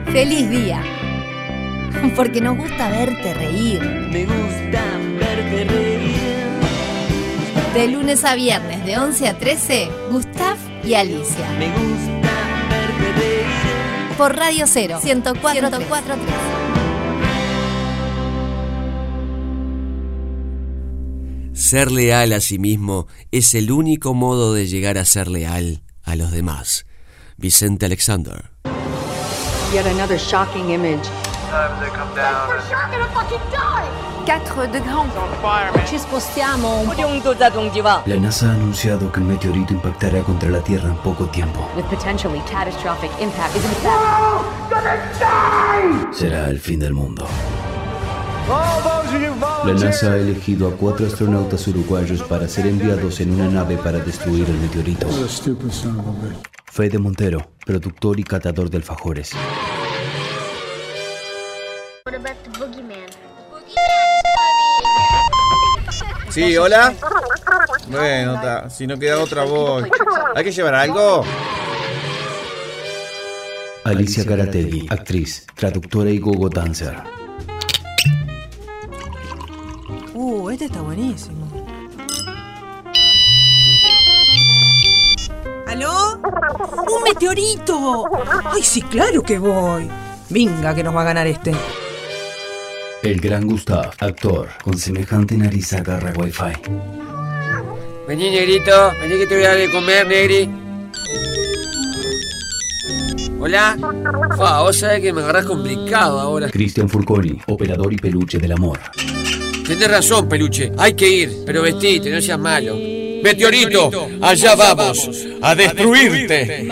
¡Feliz día! Porque nos gusta verte reír. Me gusta verte reír. De lunes a viernes, de 11 a 13, Gustav y Alicia. Me gusta verte reír. Por Radio 0, 104.3. Ser leal a sí mismo es el único modo de llegar a ser leal a los demás. Vicente Alexander. Yet another shocking image. Time they come down and 4 degrés. Ci spostiamo un po'. La NASA ha anunciado que un meteorito impactará contra la Tierra en poco tiempo. With potentially catastrophic impact. Será el fin del mundo. La NASA ha elegido a 4 astronautas uruguayos para ser enviados en una nave para destruir el meteorito. Fede Montero, productor y catador de alfajores. Sí, hola. Bueno, si no queda otra voz. ¿Hay que llevar algo? Alicia Carategui, actriz, traductora y gogo dancer. Este está buenísimo. ¿Aló? ¡Un meteorito! ¡Ay, sí, claro que voy! Venga, que nos va a ganar este. El gran Gustav, actor, con semejante nariz agarra wifi. Vení, negrito, vení que te voy a dar de comer, negri. Hola. Vos sabés que me agarrás complicado ahora. Cristian Furconi, operador y peluche del amor. Tenés razón, peluche, hay que ir, pero vestite, no seas malo. Meteorito, allá vamos, a destruirte. 3,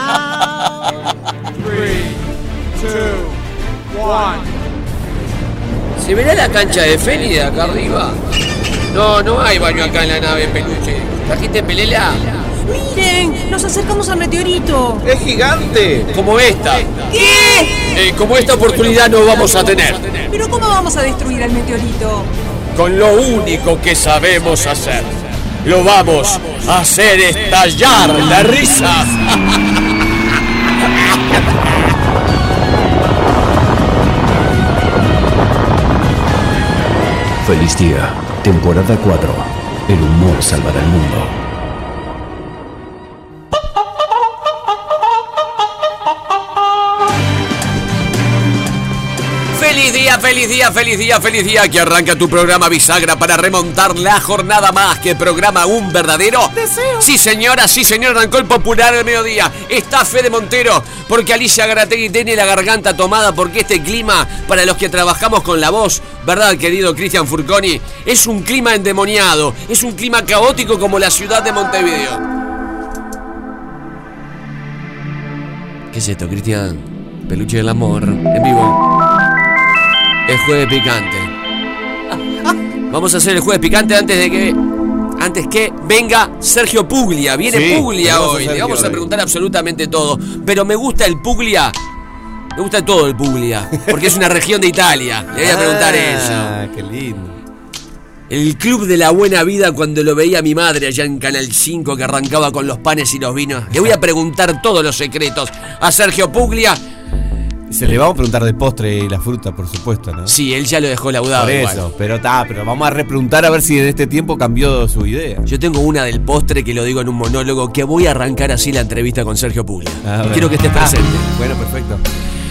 2, 1. ¿Se verá la cancha de Feli de acá arriba? No hay baño acá en la nave, peluche. ¿Trajiste pelela? ¡Miren! ¡Nos acercamos al meteorito! ¡Es gigante! Como esta. ¿Qué? Como esta oportunidad no vamos a tener. ¿Pero cómo vamos a destruir el meteorito? Con lo único que sabemos hacer. Lo vamos a hacer estallar la risa. Feliz día, temporada 4. El humor salvará el mundo. Feliz día, que arranca tu programa Bisagra para remontar la jornada más que programa un verdadero deseo. Sí señor, arrancó el popular del mediodía. Está Fede Montero, porque Alicia Garategui tiene la garganta tomada, porque este clima, para los que trabajamos con la voz, ¿verdad, querido Cristian Furconi? Es un clima endemoniado, es un clima caótico como la ciudad de Montevideo. ¿Qué es esto, Cristian? Peluche del amor, en vivo. El jueves picante. Vamos a hacer el jueves picante antes que venga Sergio Puglia. Viene Puglia hoy. Le vamos a preguntar absolutamente todo. Pero me gusta el Puglia. Me gusta todo el Puglia. Porque es una región de Italia. Le voy a preguntar eso. Qué lindo. El club de la buena vida, cuando lo veía mi madre allá en Canal 5, que arrancaba con los panes y los vinos. Le voy a preguntar todos los secretos a Sergio Puglia. Se le vamos a preguntar del postre y la fruta, por supuesto, ¿no? Sí, él ya lo dejó laudado. Por eso, igual. pero vamos a repreguntar a ver si en este tiempo cambió su idea. Yo tengo una del postre que lo digo en un monólogo, que voy a arrancar así la entrevista con Sergio Puglia. Quiero que estés presente. Bueno, perfecto.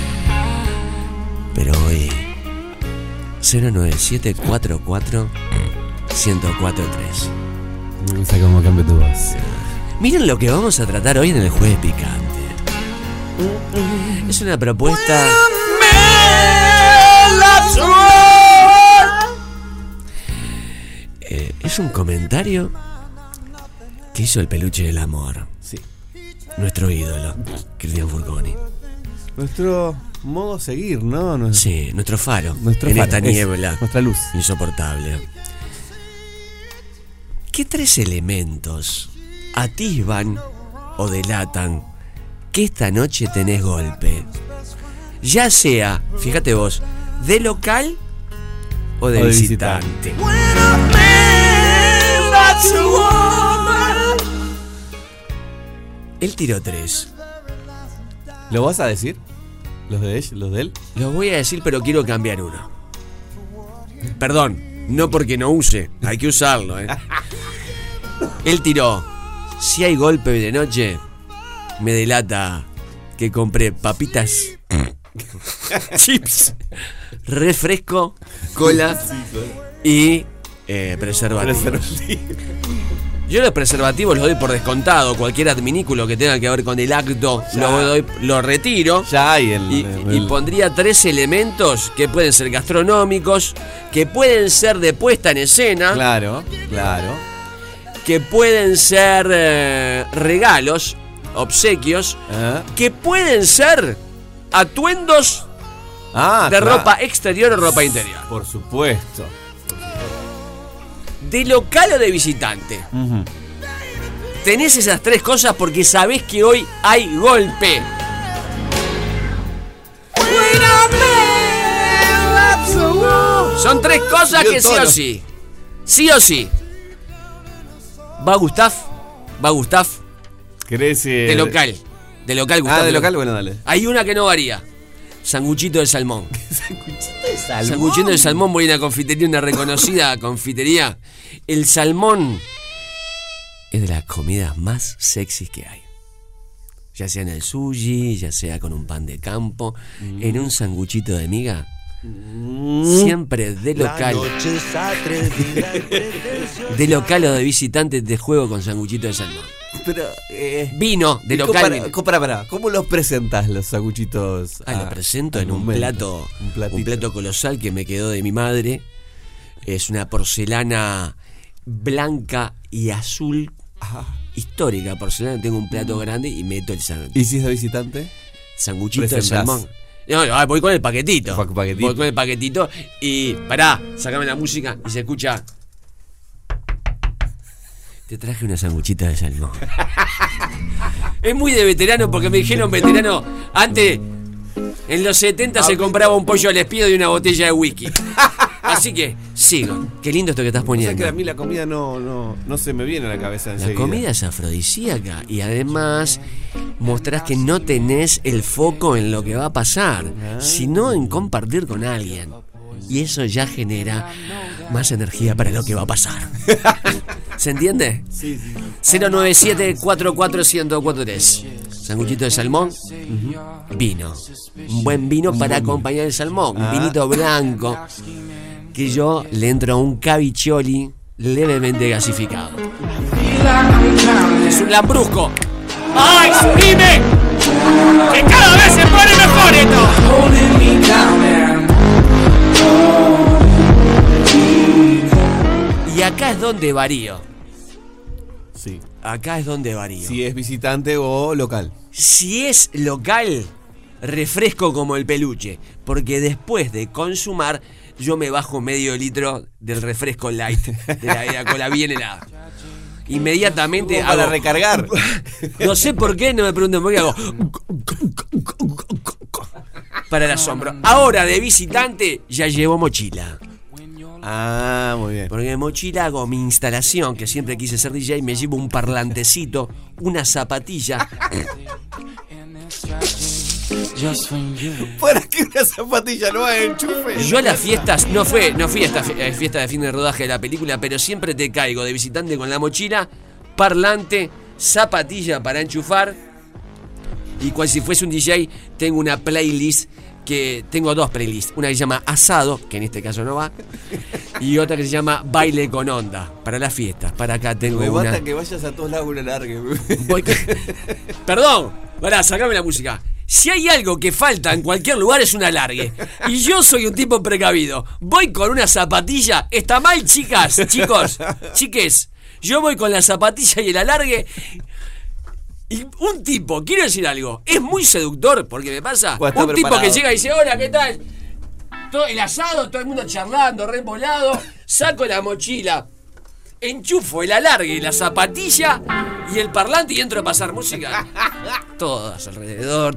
Pero hoy 09744 1043. Me gusta cómo cambia tu voz. Miren lo que vamos a tratar hoy en el Jueves Picante. Es una propuesta. Es un comentario que hizo el peluche del amor. Sí. Nuestro ídolo, Cristian Furconi. Nuestro modo a seguir, ¿no? Sí, nuestro faro. Nuestra esta niebla. Nuestra luz. Insoportable. ¿Qué 3 elementos atisban o delatan que esta noche tenés golpe? Ya sea, fíjate vos, de local o de visitante. Él tiró 3. ¿Lo vas a decir? ¿Los de él? Los voy a decir, pero quiero cambiar uno. Perdón, no porque no use, hay que usarlo, Él tiró: si hay golpe de noche, me delata que compré papitas, chips, refresco, cola y preservativo. Yo los preservativos los doy por descontado. Cualquier adminículo que tenga que ver con el acto lo retiro. Ya hay y pondría 3 elementos que pueden ser gastronómicos, que pueden ser de puesta en escena. Claro. Que pueden ser regalos, obsequios, que pueden ser atuendos de ropa exterior o ropa interior. Por supuesto. De local o de visitante. Tenés esas 3 cosas porque sabés que hoy hay golpe. Son 3 cosas que sí o sí. Sí o sí. ¿Va Gustav? ¿Querés? De local, Gustav. De local, bueno, dale. Hay una que no varía. Sanguchito de salmón. Sanguchito de salmón, voy a una confitería, una reconocida confitería. El salmón es de las comidas más sexys que hay. Ya sea en el sushi, ya sea con un pan de campo, en un sanguchito de miga. Siempre de local. De local o de visitante te juego con sanguchito de salmón. Pero, vino, de local. ¿Cómo los presentas los sanguchitos? Lo presento en un plato colosal que me quedó de mi madre. Es una porcelana blanca y azul. Histórica porcelana. Tengo un plato grande y meto el sándwich. ¿Y si es de visitante? Sanguchito de salmón. No, voy con el paquetito. Voy con el paquetito y pará, sacame la música y se escucha. Te traje una sanguchita de salmón. Es muy de veterano porque me dijeron veterano. Antes, en los 70 se compraba un pollo al espiedo y una botella de whisky. Así que, sigo. Qué lindo esto que estás poniendo. O sea que a mí la comida no se me viene a la cabeza enseguida. La comida es afrodisíaca y además mostrás que no tenés el foco en lo que va a pasar, sino en compartir con alguien. Y eso ya genera más energía para lo que va a pasar. ¿Se entiende? Sí. 097-44-1043. Sanguchito de salmón, vino. Un buen vino para acompañar el salmón. Un vinito blanco. Que yo le entro a un caviccioli levemente gasificado. Es un lambrusco. ¡Ay, subime! ¡Que cada vez se pone mejor esto! Y acá es donde varío. Sí. Acá es donde varío. Si es visitante o local. Si es local, refresco como el peluche. Porque después de consumar, yo me bajo medio litro del refresco light. De la cola bien helada. Inmediatamente hago, para recargar. No sé por qué, no me pregunten por qué hago para el asombro. Ahora de visitante ya llevo mochila. Muy bien. Porque en mochila hago mi instalación, que siempre quise ser DJ, me llevo un parlantecito, una zapatilla. ¿Para qué una zapatilla no hay enchufe? Yo a las fiestas, no fui a esta fiesta de fin de rodaje de la película, pero siempre te caigo de visitante con la mochila, parlante, zapatilla para enchufar. Y cual si fuese un DJ, tengo una playlist que tengo 2 playlists. Una que se llama Asado, que en este caso no va, y otra que se llama Baile con Onda, para las fiestas. Para acá tengo me una. basta que vayas a todos lados una larga. Perdón, pará, sacame la música. Si hay algo que falta en cualquier lugar es un alargue. Y yo soy un tipo precavido. Voy con una zapatilla. ¿Está mal, chicas, chicos, chiques? Yo voy con la zapatilla y el alargue. Y un tipo, quiero decir algo, es muy seductor, porque me pasa un tipo que llega y dice, hola, ¿qué tal? Todo el asado, todo el mundo charlando, re embolado. Saco la mochila enchufo el alargue y la zapatilla y el parlante y entro a pasar música. Todas alrededor.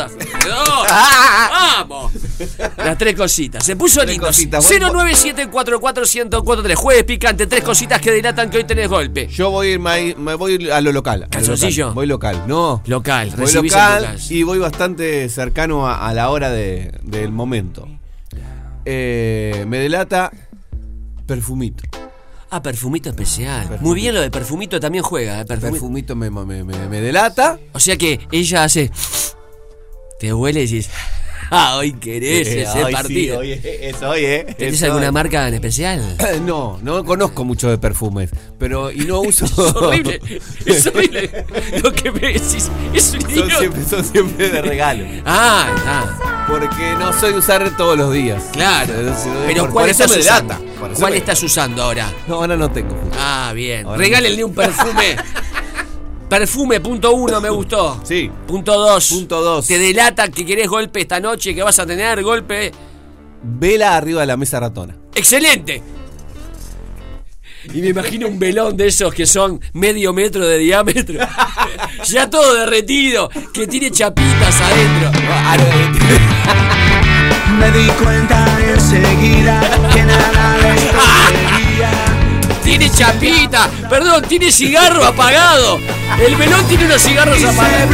¡Vamos! Las 3 cositas. Se puso lindo. 097441043. Jueves picante. 3 cositas que delatan que hoy tenés golpe. Yo me voy a lo local. ¿Calzoncillo? Voy local. No. Local. Voy Recibís local y voy bastante cercano a la hora del momento. Me delata perfumito. Perfumito especial. Muy bien, lo de perfumito también juega. Perfumito me delata. O sea que ella hace. Te huele y dices. Hoy querés ese partido. Sí, ¿Tenés alguna marca en especial? No conozco mucho de perfumes. Y no uso. Es horrible. Lo que me decís. Es un son siempre de regalo. Porque no soy de usar todos los días. Claro. Pero ¿cuál estás usando? ¿Cuál estás usando ahora? No, ahora no tengo. Bien. Regálenle un perfume. Perfume, punto 1, me gustó. Sí. Punto 2. Punto 2. Te delata que querés golpe esta noche, que vas a tener golpe. Vela arriba de la mesa ratona. ¡Excelente! Y me imagino un velón de esos que son medio metro de diámetro. Ya todo derretido, que tiene chapitas adentro. Me di cuenta enseguida que nada de esto sería. Tiene chapita, perdón, tiene cigarro apagado. El velón tiene unos cigarros apagados.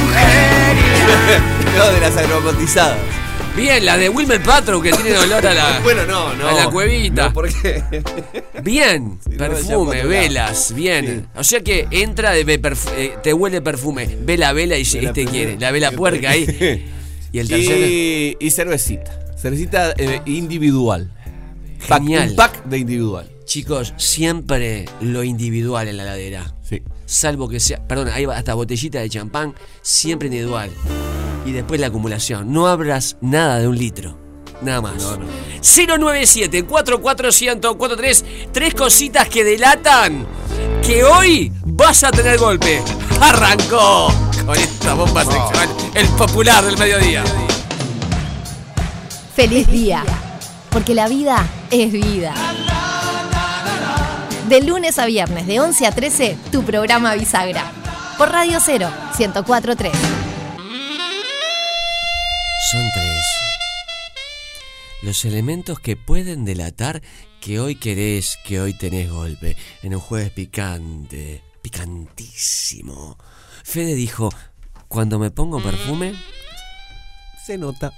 No, de las aromotizadas. Bien, la de Wilmer Patrow que tiene olor a la. Bueno, no. A la cuevita. No, ¿por qué? Bien, Sí, perfume, velas, bien. Sí. O sea que entra te huele perfume. Vela y dice, quiere. La vela puerca ahí. Y el tercero. Y cervecita. Cervecita individual. Genial. Un pack de individual. Chicos, siempre lo individual en la heladera. Sí. Salvo que sea, perdón, ahí va hasta botellita de champán, siempre individual. Y después la acumulación. No abras nada de 1 litro. Nada más. No. 097-44143. 3 cositas que delatan que hoy vas a tener golpe. Arrancó con esta bomba sexual. El popular del mediodía. Feliz día, porque la vida es vida. De lunes a viernes, de 11 a 13, tu programa Bisagra. Por Radio 0, 104.3. Son 3 los elementos que pueden delatar que hoy querés, que hoy tenés golpe. En un jueves picante, picantísimo. Fede dijo, cuando me pongo perfume, Se nota.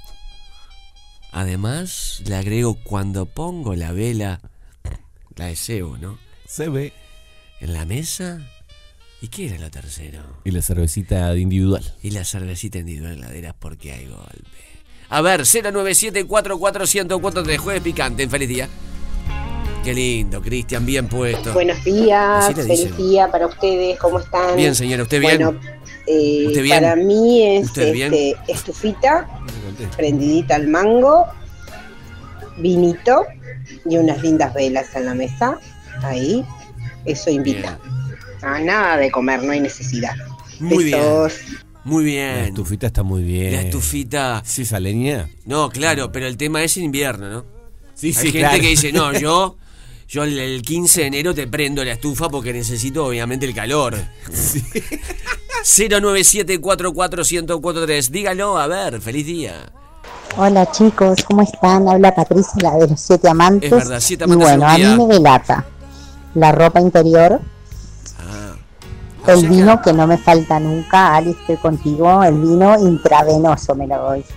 además le agrego cuando pongo la vela, la deseo, ¿no? Se ve. En la mesa. ¿Y qué era lo tercero? Y la cervecita individual. Y la cervecita individual en la heladera porque hay golpe. A ver, 097-44143, jueves picante, feliz día. Qué lindo, Cristian, bien puesto. Buenos días, Así le dicen. feliz día para ustedes, ¿cómo están? Bien, señora, ¿usted bien? Bueno, ¿Usted bien? para mí es ¿Usted bien? estufita, prendidita al mango, vinito y unas lindas velas en la mesa, ahí, eso invita. A nada de comer, no hay necesidad. Muy Besos. bien. Muy bien. La estufita está muy bien. La estufita. ¿Sí esa leña? No, claro, pero el tema es en invierno, ¿no? Sí, Hay gente claro. que dice, no, yo el 15 de enero te prendo la estufa porque necesito obviamente el calor. Sí. 097-44143. Dígalo, a ver, feliz día. Hola chicos, ¿cómo están? Habla Patricia, la de los 7 amantes. Es verdad, 7 y amantes bueno, en un a día. mí me delata la ropa interior, el vino que no me falta nunca. Ali, estoy contigo, el vino intravenoso me lo doy.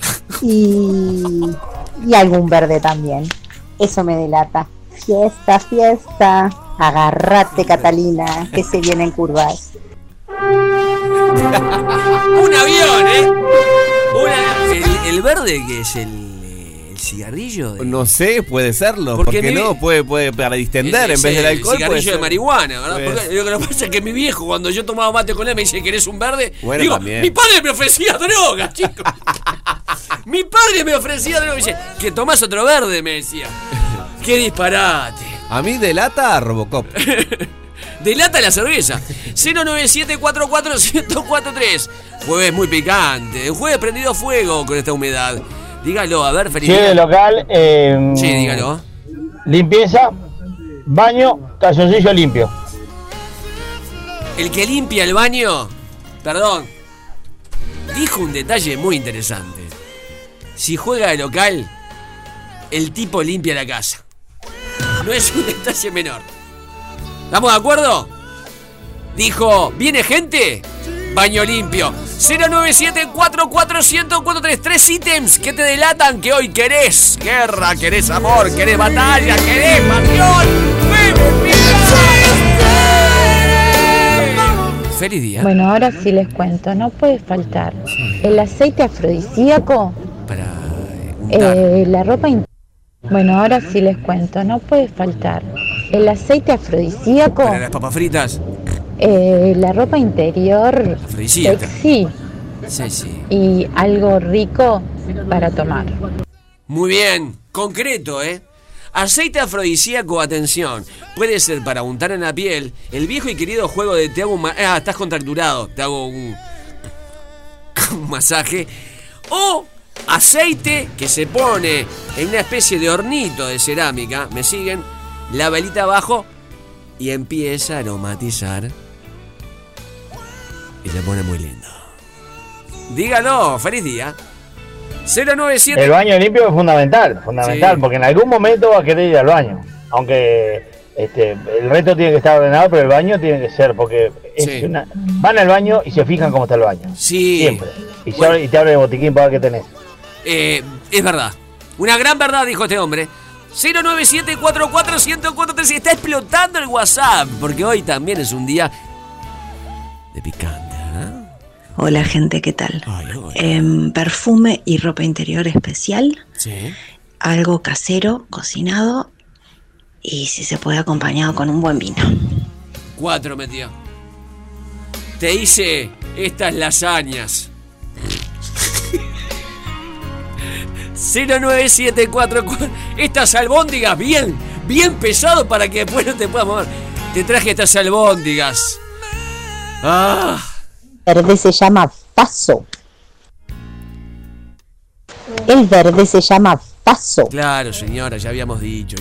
Y algún verde también. Eso me delata. Fiesta, fiesta. Agárrate, Catalina, que se vienen curvas. Un avión, ¿eh? El verde que es el cigarrillo. No sé, puede serlo. Porque Porque no, puede para distender en vez del alcohol. Cigarrillo puede de ser. marihuana, ¿verdad? Pues. Porque lo que pasa es que mi viejo, cuando yo tomaba mate con él, me dice, ¿querés un verde? Bueno, digo, también. mi padre me ofrecía droga, chicos. Mi padre me ofrecía droga. Me dice, que tomás otro verde, me decía. Qué disparate. A mí delata a Robocop. Delata la cerveza. 097-44143. Jueves muy picante. Un jueves prendido a fuego con esta humedad. Dígalo, a ver, feliz Sí, día. de local. Sí, dígalo. Limpieza, baño, calzoncillo limpio. El que limpia el baño, perdón, dijo un detalle muy interesante. Si juega de local, el tipo limpia la casa. No es un detalle menor. ¿Estamos de acuerdo? Dijo, ¿viene gente? Baño limpio. 097-44143. 3 ítems que te delatan que hoy querés guerra, querés amor, querés batalla, querés pasión. Feliz día. Bueno, ahora sí les cuento, no puede faltar el aceite afrodisíaco para la ropa Bueno, ahora sí les cuento, no puede faltar el aceite afrodisíaco para las papas fritas, la ropa interior afrodisíaca, sexy, sí, y algo rico para tomar. Muy bien, concreto, Aceite afrodisíaco, atención, puede ser para untar en la piel. El viejo y querido juego de te hago un estás contracturado, te hago un masaje. O aceite que se pone en una especie de hornito de cerámica, ¿me siguen? La velita abajo y empieza a aromatizar. Y se pone muy lindo. Dígalo, feliz día. 097. El baño limpio es fundamental, sí, porque en algún momento va a querer ir al baño. Aunque el resto tiene que estar ordenado, pero el baño tiene que ser, porque van al baño y se fijan cómo está el baño. Sí. Siempre. Y te abre el botiquín para ver qué tenés. Es verdad. Una gran verdad, dijo este hombre. 097-44143. Está explotando el WhatsApp, porque hoy también es un día de picante. Hola gente, ¿qué tal? Perfume y ropa interior especial. Sí. Algo casero, cocinado. Y si se puede acompañado con un buen vino. 4 metió. Te hice estas lasañas. 09744. Estas albóndigas bien pesado para que después no te puedas mover. Te traje estas albóndigas. Verde se llama paso. El verde se llama paso. Claro, señora, ya habíamos dicho.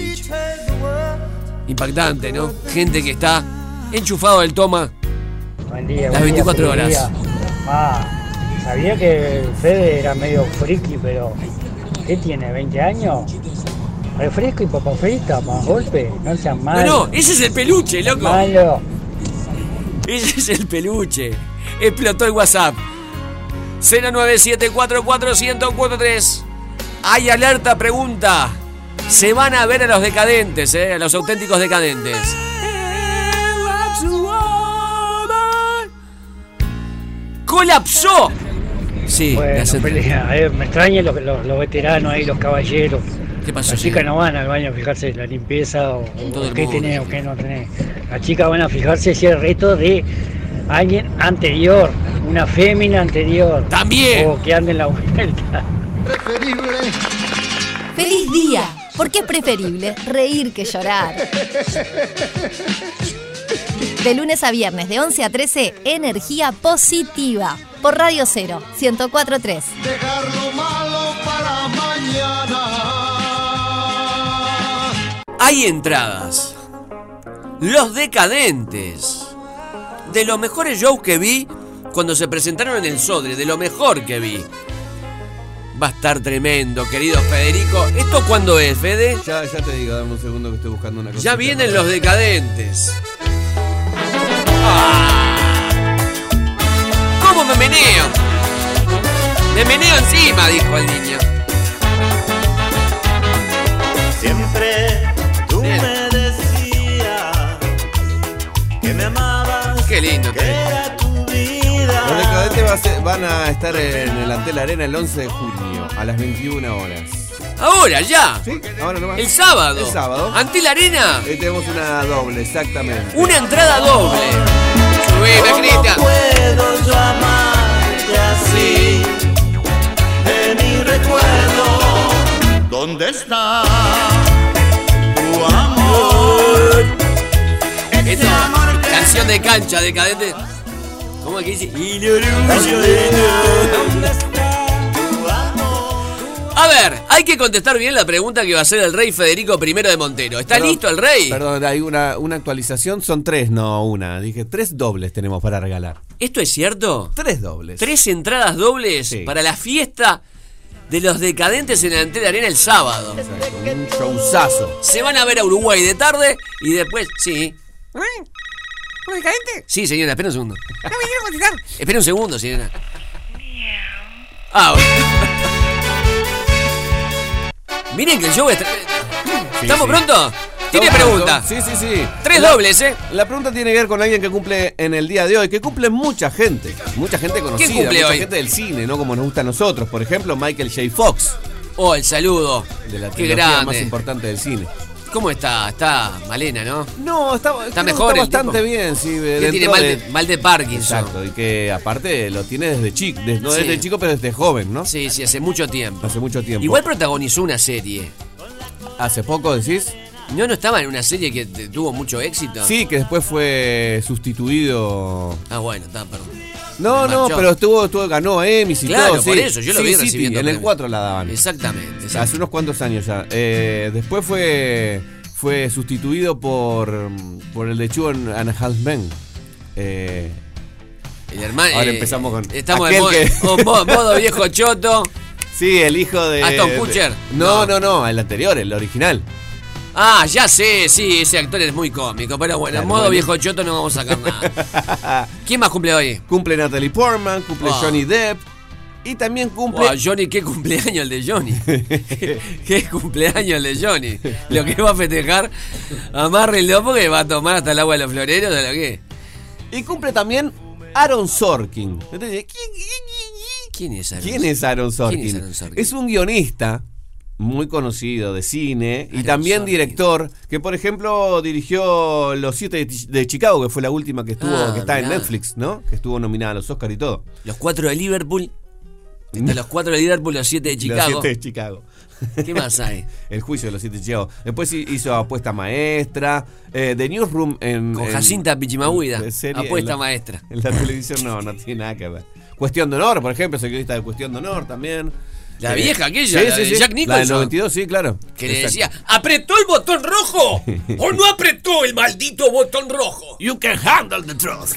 Impactante, ¿no? Gente que está enchufado del toma. Buen día, las 24 horas. Sabía que Fede era medio friki, pero ¿qué tiene? ¿20 años? Refresco y papa frita, más golpe, no sean malos. No, ese es el peluche, loco. Malo. Ese es el peluche. Explotó el WhatsApp. 097-44143. Hay alerta, pregunta. Se van a ver a los decadentes, a los auténticos decadentes. ¡Colapsó! Sí, bueno, me extrañan los veteranos ahí, los caballeros. ¿Qué pasó? Las chicas no van al baño a fijarse en la limpieza o qué tenés o qué no tenés. Las chicas van a fijarse si el reto de alguien anterior, una fémina anterior. También. O que ande en la vuelta. Preferible. ¡Feliz día! Porque es preferible reír que llorar. De lunes a viernes, de 11 a 13, energía positiva. Por Radio 0, 104.3. Dejar lo malo para mañana. Hay entradas. Los decadentes. De los mejores shows que vi cuando se presentaron en el Sodre. De lo mejor que vi. Va a estar tremendo, querido Federico. ¿Esto cuándo es, Fede? Ya te digo, dame un segundo que estoy buscando una cosa. Ya vienen los decadentes. ¿Cómo me meneo? Me meneo encima, dijo el niño. Siempre tú me decías que me amabas. Qué lindo. Que era tu vida. Los decadentes van a estar en el Antel Arena el 11 de junio a las 21 horas. ¿Ahora ya? Sí, ahora nomás. El sábado. El sábado. Antel Arena. Tenemos una doble, exactamente. Una entrada doble. Buena, Cristian. ¿Cómo puedo yo amarte así? De mi recuerdo, ¿dónde está tu amor? Ese amor que... Canción de cancha, decadente. ¿Cómo es que dice? ¿Dónde está tu amor? A ver, Hay que contestar bien la pregunta que va a hacer el rey Federico I de Montero. ¿Está listo el rey? Perdón, hay una actualización. Son 3, no una. Dije 3 dobles tenemos para regalar. ¿Esto es cierto? 3 dobles. 3 entradas dobles para la fiesta de los decadentes en el Antel Arena el sábado. Exacto, un showzazo. Se van a ver a Uruguay de tarde y después, sí. ¿Un decadente? Sí, señora, espera un segundo. No me quiero contestar. Espera un segundo, señora. Ah, bueno. Miren que el show es... ¿Estamos pronto? ¿Tiene pregunta? Sí. 3 dobles, ¿eh? La pregunta tiene que ver con alguien que cumple en el día de hoy, que cumple mucha gente conocida, ¿Quién cumple mucha hoy? gente del cine, no como nos gusta a nosotros. Por ejemplo, Michael J. Fox. Oh, el saludo. De la Qué trilogía grande. más importante del cine. ¿Cómo está? Está malena, ¿no? No, está mejor. Está bastante bien, sí. Que tiene mal de Parkinson. Exacto, y que aparte lo tiene desde chico, no Sí. desde chico, pero desde joven, ¿no? Sí, hace mucho tiempo. Hace mucho tiempo. Igual protagonizó una serie. ¿Hace poco decís? ¿No estaba en una serie que tuvo mucho éxito? Sí, que después fue sustituido. Ah, bueno, está, perdón. No, pero ganó Emmys y Claro, todo. por sí. eso, yo lo vi recibiendo en el premios. 4 la daban. Exactamente. Hace unos cuantos años ya. Después fue sustituido por el de Two and a Half Men. El hermano. Ahora empezamos con. Estamos aquel en modo viejo choto. Sí, el hijo de. Aston Kutcher. No, el anterior, el original. Ah, ya sé, sí, ese actor es muy cómico. Pero bueno, en Claro, modo bueno. viejo choto no vamos a sacar nada. ¿Quién más cumple hoy? Cumple Natalie Portman, cumple Wow. Johnny Depp. Y también cumple. Wow, Johnny, qué cumpleaños el de Johnny. Qué cumpleaños el de Johnny. Lo que va a festejar, amárrenlo porque va a tomar hasta el agua de los floreros de lo que. Y cumple también Aaron Sorkin. Entonces, ¿Quién es Aaron? ¿Quién es Aaron Sorkin? ¿Quién es Aaron Sorkin? Es un guionista muy conocido de cine y Aaron también Sorkin. director que, por ejemplo, dirigió Los 7 de Chicago, que fue la última que estuvo, que está en mirá. Netflix, ¿no? Que estuvo nominada a los Oscar y todo. Los 4 de Liverpool. Los 4 de Liverpool, los 7 de Chicago. Los 7 de Chicago. ¿Qué más hay? El juicio de los 7 de Chicago. Después hizo Apuesta Maestra, The Newsroom Con Jacinta Pichimahuida. serie, Apuesta maestra. En la televisión no tiene nada que ver. Cuestión de Honor, por ejemplo, soy guionista de Cuestión de Honor también. La vieja aquella, la de Jack Nicholson. La del 92, sí, claro. Que le decía, ¿apretó el botón rojo? ¿O no apretó el maldito botón rojo? You can handle the truth.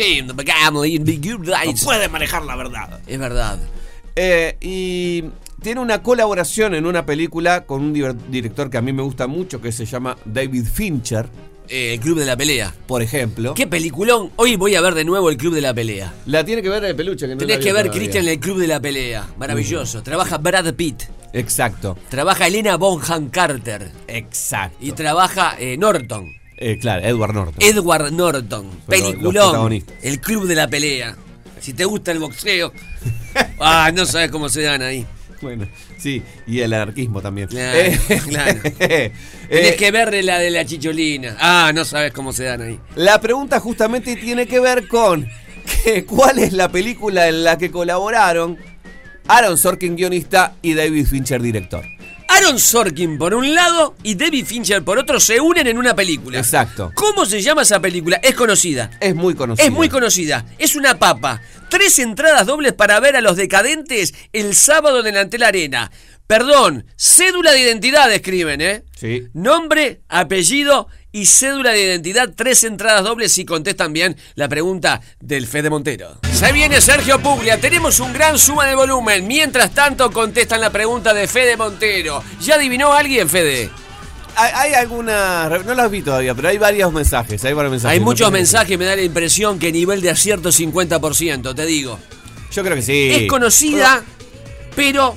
No puede manejar la verdad. Es verdad. Y tiene una colaboración en una película con un director que a mí me gusta mucho, que se llama David Fincher. El Club de la Pelea. Por ejemplo. ¿Qué peliculón? Hoy voy a ver de nuevo el Club de la Pelea. La tiene que ver de Peluche. Que no Tenés la que vi ver, todavía. Cristian, el Club de la Pelea. Maravilloso. Trabaja Brad Pitt. Exacto. Trabaja Elena Bonham Carter. Exacto. Y trabaja Norton. Claro, Edward Norton. Edward Norton. Los Peliculón. protagonistas. El Club de la Pelea. Si te gusta el boxeo. No sabes cómo se dan ahí. Bueno, sí, y el anarquismo también. Claro, claro. Tenés que ver la de la chicholina. No sabes cómo se dan ahí. La pregunta justamente tiene que ver con cuál es la película en la que colaboraron Aaron Sorkin, guionista, y David Fincher, director. Aaron Sorkin por un lado y David Fincher por otro se unen en una película. Exacto. ¿Cómo se llama esa película? Es conocida. Es muy conocida. Es muy conocida. Es una papa. 3 entradas dobles para ver a los decadentes el sábado en el Antel Arena. Perdón, cédula de identidad escriben, ¿eh? Sí. Nombre, apellido y cédula de identidad. 3 entradas dobles si contestan bien la pregunta del Fede Montero. Se viene Sergio Puglia. Tenemos un gran suma de volumen. Mientras tanto contestan la pregunta de Fede Montero. ¿Ya adivinó alguien, Fede? Hay alguna. No las vi todavía, pero hay varios mensajes. Hay muchos mensajes, me da la impresión que nivel de acierto 50%, te digo. Yo creo que sí. Es conocida, pero.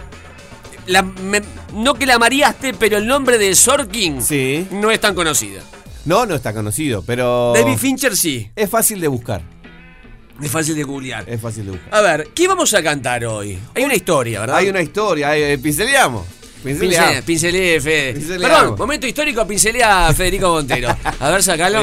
No que la mareaste, pero el nombre de Sorkin no es tan conocida. No está conocido, pero. David Fincher sí. Es fácil de buscar. Es fácil de googlear. Es fácil de buscar. A ver, ¿qué vamos a cantar hoy? Hay una historia, ¿verdad? Hay una historia, pinceleamos. Pincelé, Fede. Pinceleamos. Perdón, momento histórico, pincelé a Federico Montero. A ver, sacalo.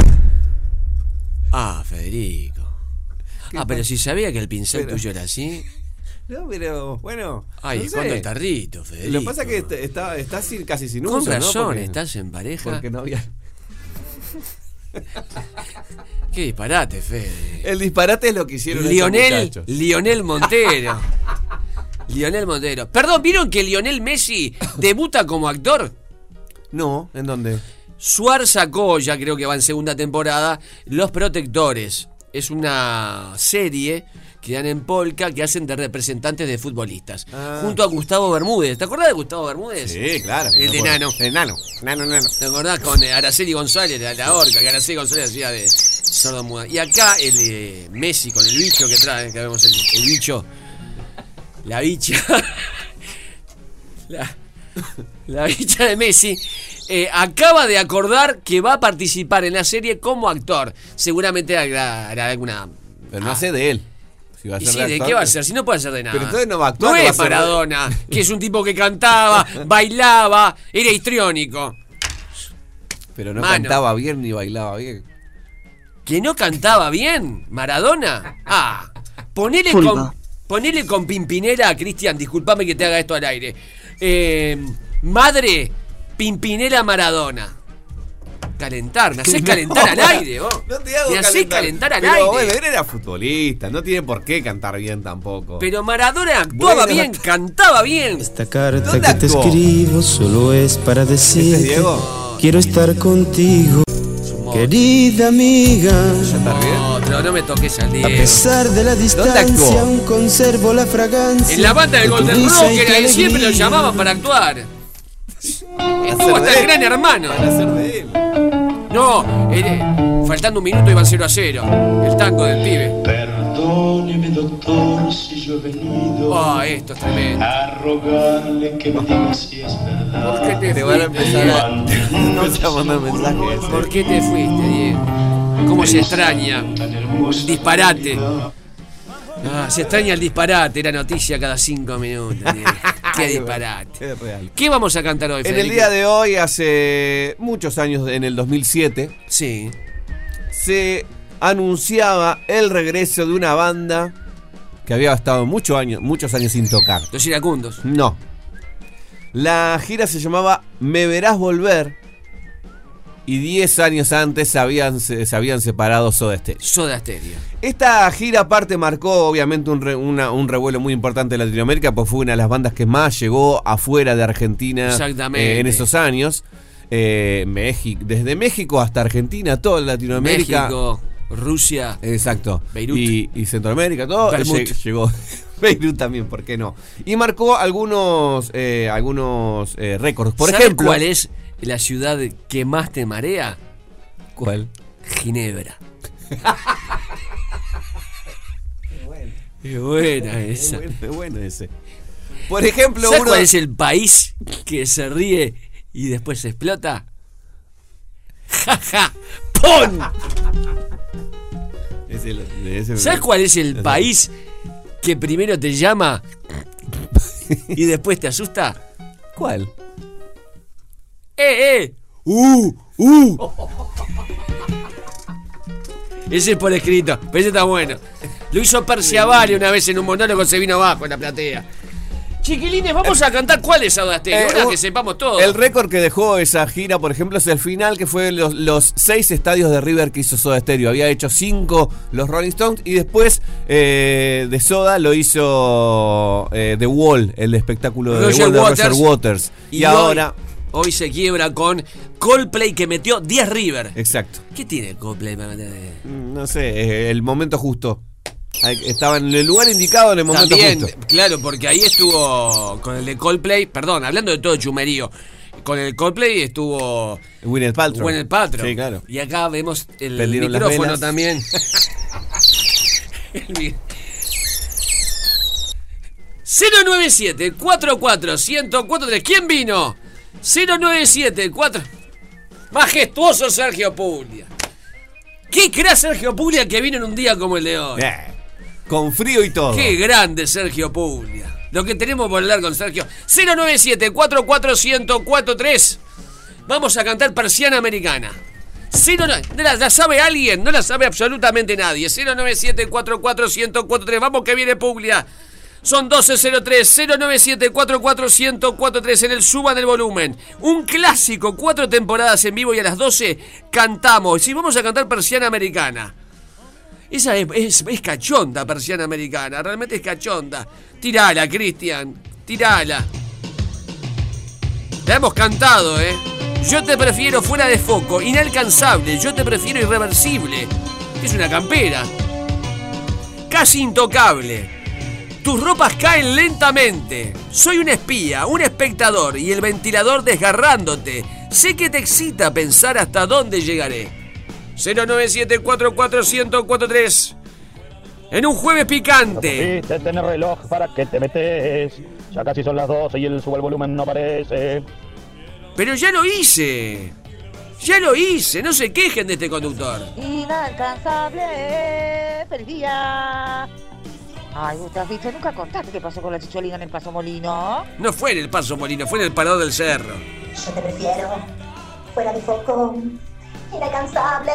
Federico. Pero si sabía que el pincel tuyo era así. No, pero bueno. Ay, esconde el tarrito, Federico. Lo que pasa es que está casi sin uso. Con razón, ¿no? Porque, estás en pareja. Porque no había. Qué disparate, Fede. El disparate es lo que hicieron estos muchachos. Lionel Montero. Lionel Montero. Perdón, ¿vieron que Lionel Messi debuta como actor? No, ¿en dónde? Suar sacó, ya creo que va en segunda temporada, Los Protectores. Es una serie que dan en Polka que hacen de representantes de futbolistas. Junto a Gustavo Bermúdez. ¿Te acordás de Gustavo Bermúdez? Sí, claro. El de Nano. El Nano. ¿Te acordás con Araceli González, la orca, que Araceli González hacía de sordomuda? Y acá el Messi con el bicho que trae, que vemos el bicho. La bicha. La bicha de Messi. Acaba de acordar que va a participar en la serie como actor. Seguramente hará alguna. Pero no hace de él. Si va a ser ¿de actor, qué va a ser? Si no puede hacer de nada. Pero entonces no va a actuar. No va a es ser Maradona, que es un tipo que cantaba, bailaba, era histriónico. Pero no cantaba bien ni bailaba bien. ¿Que no cantaba bien? ¿Maradona? Ponele con Pimpinela, Cristian, discúlpame que te haga esto al aire. Madre, Pimpinela Maradona. Calentar, me hacés calentar al aire, vos. No te hago me hacés calentar al pero aire. Bueno, él era futbolista, no tiene por qué cantar bien tampoco. Pero Maradona actuaba bien, cantaba bien. Esta carta que te escribo solo es para decirte Diego? Quiero estar contigo, querida amiga. No me toques al Diego. A pesar de la distancia, aún conservo la fragancia. En la banda de Golden Rocker ahí siempre lo llamaban para actuar. Estuvo hasta el Gran Hermano. Para hacer de él. No, faltando un minuto iban 0-0. El tango del pibe. Perdóneme, doctor, si yo he venido esto es tremendo. a rogarle que me diga si es verdad. ¿Por qué te van a fuiste, empezar a mandar mensajes? ¿Por qué te fuiste, Diego? ¿Cómo se extraña? Un disparate. Se extraña el disparate, era noticia cada 5 minutos. Qué disparate. Es real. ¿Qué vamos a cantar hoy, Federico? En el día de hoy, hace muchos años, en el 2007, sí, se anunciaba el regreso de una banda que había estado muchos años sin tocar. Los Iracundos. No. La gira se llamaba Me Verás Volver. Y 10 años antes se habían separado Soda Stereo. Soda Stereo. Esta gira aparte marcó obviamente un revuelo muy importante en Latinoamérica, pues fue una de las bandas que más llegó afuera de Argentina en esos años. Desde México hasta Argentina, toda Latinoamérica. México, Rusia. Exacto. Beirut. Y Centroamérica, todo. Llegó. Beirut también, ¿por qué no? Y marcó algunos récords. Por ejemplo, ¿cuál es la ciudad que más te marea? ¿Cuál? Ginebra. Es buena esa. Es bueno ese. Por ejemplo, ¿sabes cuál es el país que se ríe y después se explota? ¡Ja! ¡Pon! ¿Sabes cuál es el país que primero te llama y después te asusta? ¿Cuál? Ese es por escrito, pero ese está bueno. Lo hizo Perciavale una vez en un monólogo, se vino abajo en la platea. Chiquilines, vamos a cantar cuál es Soda Stereo, ahora que sepamos todo. El récord que dejó esa gira, por ejemplo, es el final, que fue los 6 estadios de River que hizo Soda Stereo. Había hecho 5 los Rolling Stones y después de Soda lo hizo The Wall, el espectáculo de The Wall de Roger Waters. Y ahora... Hoy se quiebra con Coldplay, que metió 10 River. Exacto. ¿Qué tiene Coldplay para meter? No sé, el momento justo. Estaba en el lugar indicado en el momento también, justo. Claro, porque ahí estuvo con el de Coldplay, perdón, hablando de todo chumerío. Con el Coldplay estuvo Gwyneth Paltrow. Sí, claro. Y acá vemos el Perdieron micrófono también. 097-44-1043. ¿Quién vino? 097-4. Majestuoso Sergio Puglia. ¿Qué crack Sergio Puglia que vino en un día como el de hoy? Con frío y todo. Qué grande Sergio Puglia. Lo que tenemos por hablar con Sergio. 097-44-1043. Vamos a cantar Persiana Americana. ¿La sabe alguien? No la sabe absolutamente nadie. 097-44-1043. Vamos que viene Puglia. Son 1203-097-44-1043 en el Suban el Volumen. Un clásico, 4 temporadas en vivo y a las 12 cantamos. Sí, vamos a cantar Persiana Americana. Esa es cachonda, persiana americana. Realmente es cachonda. Tirala, Cristian. Tirala. La hemos cantado, ¿eh? Yo te prefiero fuera de foco, inalcanzable. Yo te prefiero irreversible. Es una campera. Casi intocable. Tus ropas caen lentamente. Soy un espía, un espectador y el ventilador desgarrándote. Sé que te excita pensar hasta dónde llegaré. 097441043. En un jueves picante. No tener reloj para que te metes. Ya casi son las 12 y el sube el volumen no aparece. Pero ya lo hice. Ya lo hice. No se quejen de este conductor. Inalcanzable. Feliz día. Ay, Gustavo, ¿viste? Nunca contaste qué pasó con la chicholina en el Paso Molino. No fue en el Paso Molino, fue en el Parador del Cerro. Yo te prefiero fuera de foco, inalcanzable.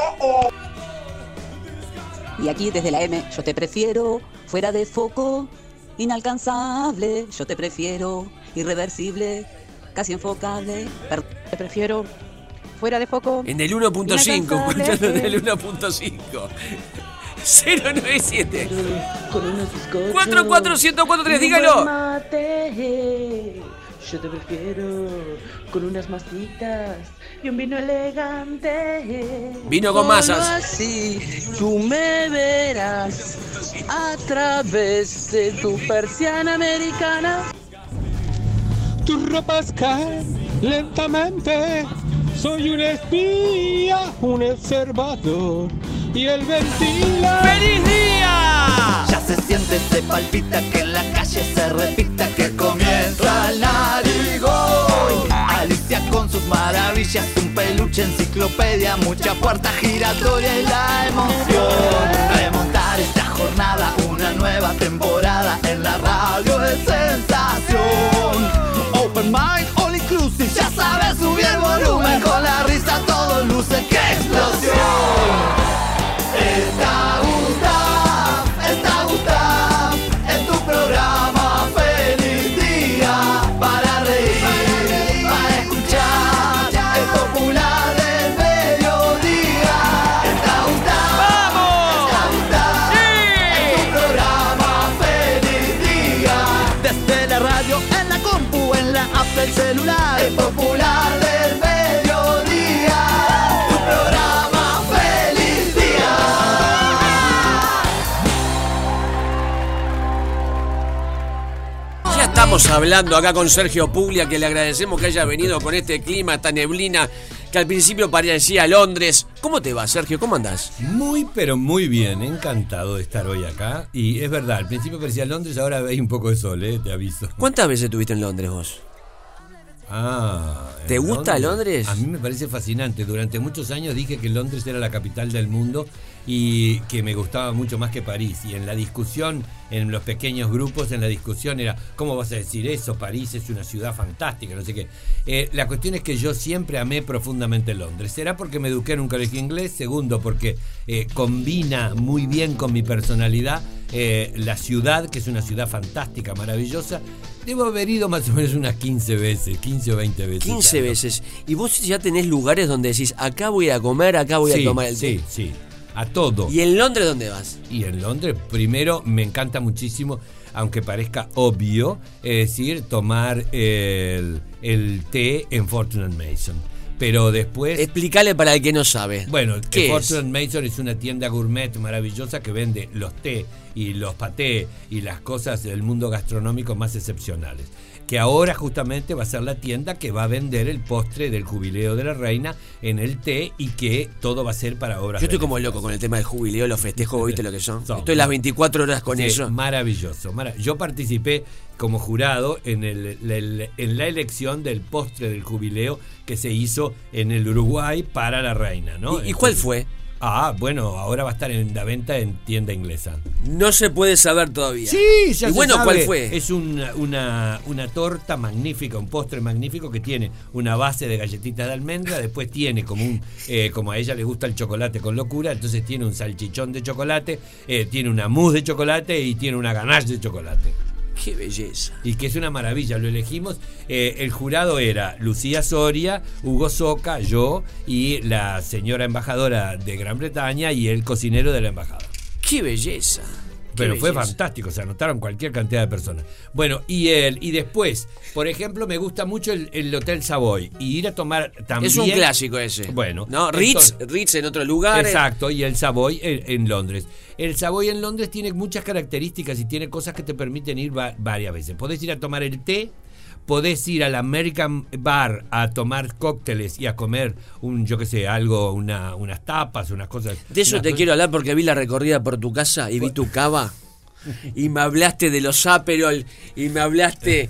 Y aquí desde la M, yo te prefiero fuera de foco, inalcanzable. Yo te prefiero irreversible, casi enfocable. Te prefiero fuera de foco. En el 1.5, escuchando en el 1.5. 097 44143, dígalo. Yo te prefiero con unas masitas y un vino elegante. Vino con masas. Así tú me verás a través de tu persiana americana. Tus ropas caen lentamente. Soy un espía, un observador y el ventilador. ¡Feliz día! Ya se siente, se palpita, que en la calle se repita, que comienza el narigón. Alicia con sus maravillas, un peluche, enciclopedia, mucha puerta giratoria y la emoción. Remontar esta jornada, una nueva temporada en la radio de sensación. Open mind, all inclusive, ya sabes, subir el volumen, con la risa todo luce, ¡qué explosión! Está Gustav, en tu programa, feliz día, para reír, para escuchar, el popular del mediodía. Está Gustav, en tu programa, feliz día. Desde la radio, en la compu, en la app del celular, el popular del mediodía, tu programa, feliz día. Ya estamos hablando acá con Sergio Puglia, que le agradecemos que haya venido con este clima, esta neblina que al principio parecía Londres. ¿Cómo te va, Sergio? ¿Cómo andás? Muy, pero muy bien. Encantado de estar hoy acá. Y es verdad, al principio parecía Londres, ahora hay un poco de sol, te aviso. ¿Cuántas veces estuviste en Londres vos? ¿Te gusta Londres? A mí me parece fascinante. Durante muchos años dije que Londres era la capital del mundo y que me gustaba mucho más que París. Y en la discusión, en los pequeños grupos, en la discusión era, ¿cómo vas a decir eso? París es una ciudad fantástica, no sé qué. La cuestión es que yo siempre amé profundamente Londres. ¿Será porque me eduqué en un colegio inglés? Segundo, porque combina muy bien con mi personalidad la ciudad, que es una ciudad fantástica, maravillosa. Debo haber ido más o menos unas 15 veces, 15 o 20 veces. 15 claro. veces. ¿Y vos ya tenés lugares donde decís, acá voy a comer, acá voy a tomar el té? Sí, a todo. ¿Y en Londres dónde vas? Y en Londres, primero, me encanta muchísimo, aunque parezca obvio, es decir, tomar el té en Fortnum & Mason. Pero después... Explícale para el que no sabe. Bueno, ¿qué Fortnum & Mason es una tienda gourmet maravillosa que vende los té y los patés y las cosas del mundo gastronómico más excepcionales. Que ahora justamente va a ser la tienda que va a vender el postre del jubileo de la reina en el té y que todo va a ser para obras. Yo estoy como loco con el tema del jubileo, los festejos, ¿viste lo que son? Estoy las 24 horas con eso. Maravilloso. Yo participé como jurado en la elección del postre del jubileo que se hizo en el Uruguay para la reina, ¿no? ¿Y cuál fue? Bueno, ahora va a estar en la venta en tienda inglesa. No se puede saber todavía. Sí, ya y se bueno, sabe. ¿cuál fue? Es una torta magnífica, un postre magnífico que tiene una base de galletitas de almendra, después tiene como a ella le gusta el chocolate con locura, entonces tiene un salchichón de chocolate, tiene una mousse de chocolate y tiene una ganache de chocolate. ¡Qué belleza! Y que es una maravilla, lo elegimos. El jurado era Lucía Soria, Hugo Soca, yo y la señora embajadora de Gran Bretaña y el cocinero de la embajada. ¡Qué belleza! Pero fue fantástico, se anotaron cualquier cantidad de personas. Bueno, y después, por ejemplo, me gusta mucho el Hotel Savoy. Y ir a tomar también... Es un clásico ese. Bueno. ¿No? Ritz en otro lugar. Exacto, y el Savoy en Londres. El Savoy en Londres tiene muchas características y tiene cosas que te permiten ir varias veces. Podés ir a tomar el té, podés ir al American Bar a tomar cócteles y a comer unas tapas, unas cosas. De eso te quiero hablar porque vi la recorrida por tu casa y vi tu cava y me hablaste de los Aperol y me hablaste...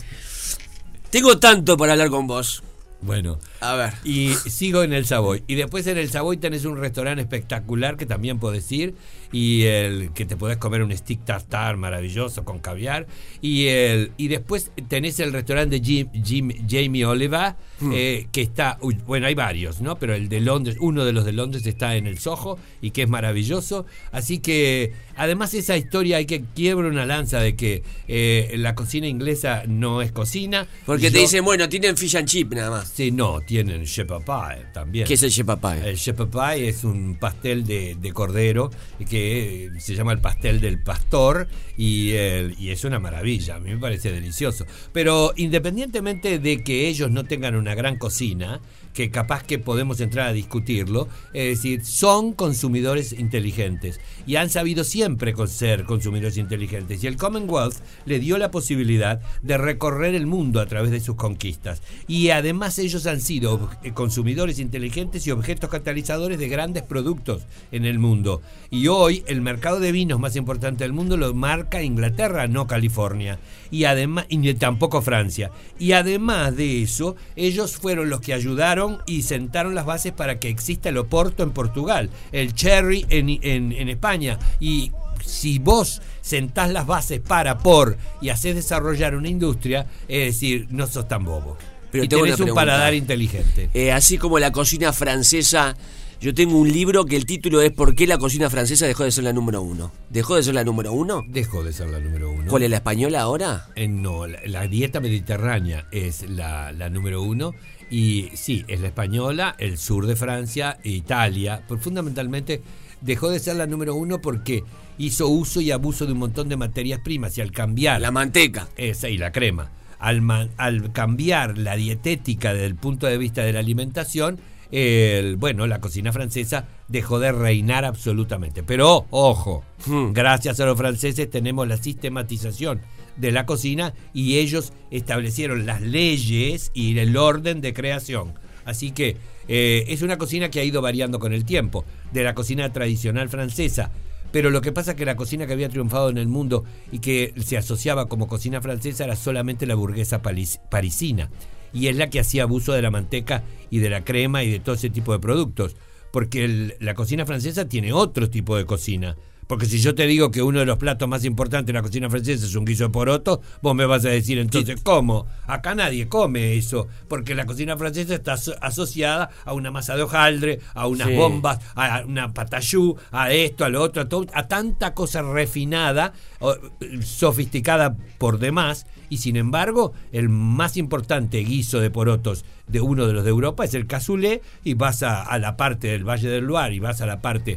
Tengo tanto para hablar con vos. Bueno, a ver. Y sigo en el Savoy. Y después en el Savoy tenés un restaurante espectacular que también podés ir. Y que te podés comer un stick tartar maravilloso con caviar. Y después tenés el restaurante de Jamie Oliver, que está... Bueno, hay varios, ¿no? Pero el de Londres, uno de los de Londres está en el Soho y que es maravilloso. Así que, además esa historia hay que quiebrar una lanza de que la cocina inglesa no es cocina. Porque te dicen, bueno, tienen fish and chip nada más. Sí, no, tienen shepherd pie también. ¿Qué es el shepherd pie? El shepherd pie es un pastel de cordero que se llama el pastel del pastor y es una maravilla, a mí me parece delicioso. Pero independientemente de que ellos no tengan una gran cocina, que capaz que podemos entrar a discutirlo, es decir, son consumidores inteligentes y han sabido siempre ser consumidores inteligentes, y el Commonwealth le dio la posibilidad de recorrer el mundo a través de sus conquistas, y además ellos han sido consumidores inteligentes y objetos catalizadores de grandes productos en el mundo, y hoy el mercado de vinos más importante del mundo lo marca Inglaterra, no California, y además, y tampoco Francia, y además de eso, ellos fueron los que ayudaron y sentaron las bases para que exista el Oporto en Portugal, el Sherry en España, y si vos sentás las bases y hacés desarrollar una industria, es decir, no sos tan bobo. Pero y tenés un paladar inteligente. Así como la cocina francesa, yo tengo un libro que el título es ¿Por qué la cocina francesa dejó de ser la número uno? ¿Dejó de ser la número uno? Dejó de ser la número uno. ¿Cuál es, la española ahora? No, la dieta mediterránea es la número uno. Y sí, es la española, el sur de Francia e Italia. Pero fundamentalmente dejó de ser la número uno porque hizo uso y abuso de un montón de materias primas. Y al cambiar... La manteca. Esa y la crema. Al cambiar la dietética desde el punto de vista de la alimentación, la cocina francesa dejó de reinar absolutamente. Pero, ojo, gracias a los franceses tenemos la sistematización de la cocina y ellos establecieron las leyes y el orden de creación. Así que es una cocina que ha ido variando con el tiempo, de la cocina tradicional francesa. Pero lo que pasa es que la cocina que había triunfado en el mundo y que se asociaba como cocina francesa era solamente la burguesa parisina. Y es la que hacía abuso de la manteca y de la crema y de todo ese tipo de productos. Porque la cocina francesa tiene otro tipo de cocina. Porque si yo te digo que uno de los platos más importantes de la cocina francesa es un guiso de poroto, vos me vas a decir entonces, ¿cómo? Acá nadie come eso, porque la cocina francesa está asociada a una masa de hojaldre, a unas bombas, a una patachú, a esto, a lo otro, a tanta cosa refinada, sofisticada por demás, y sin embargo, el más importante guiso de porotos de uno de los de Europa es el cassoulet, y vas a la parte del Valle del Loire y vas a la parte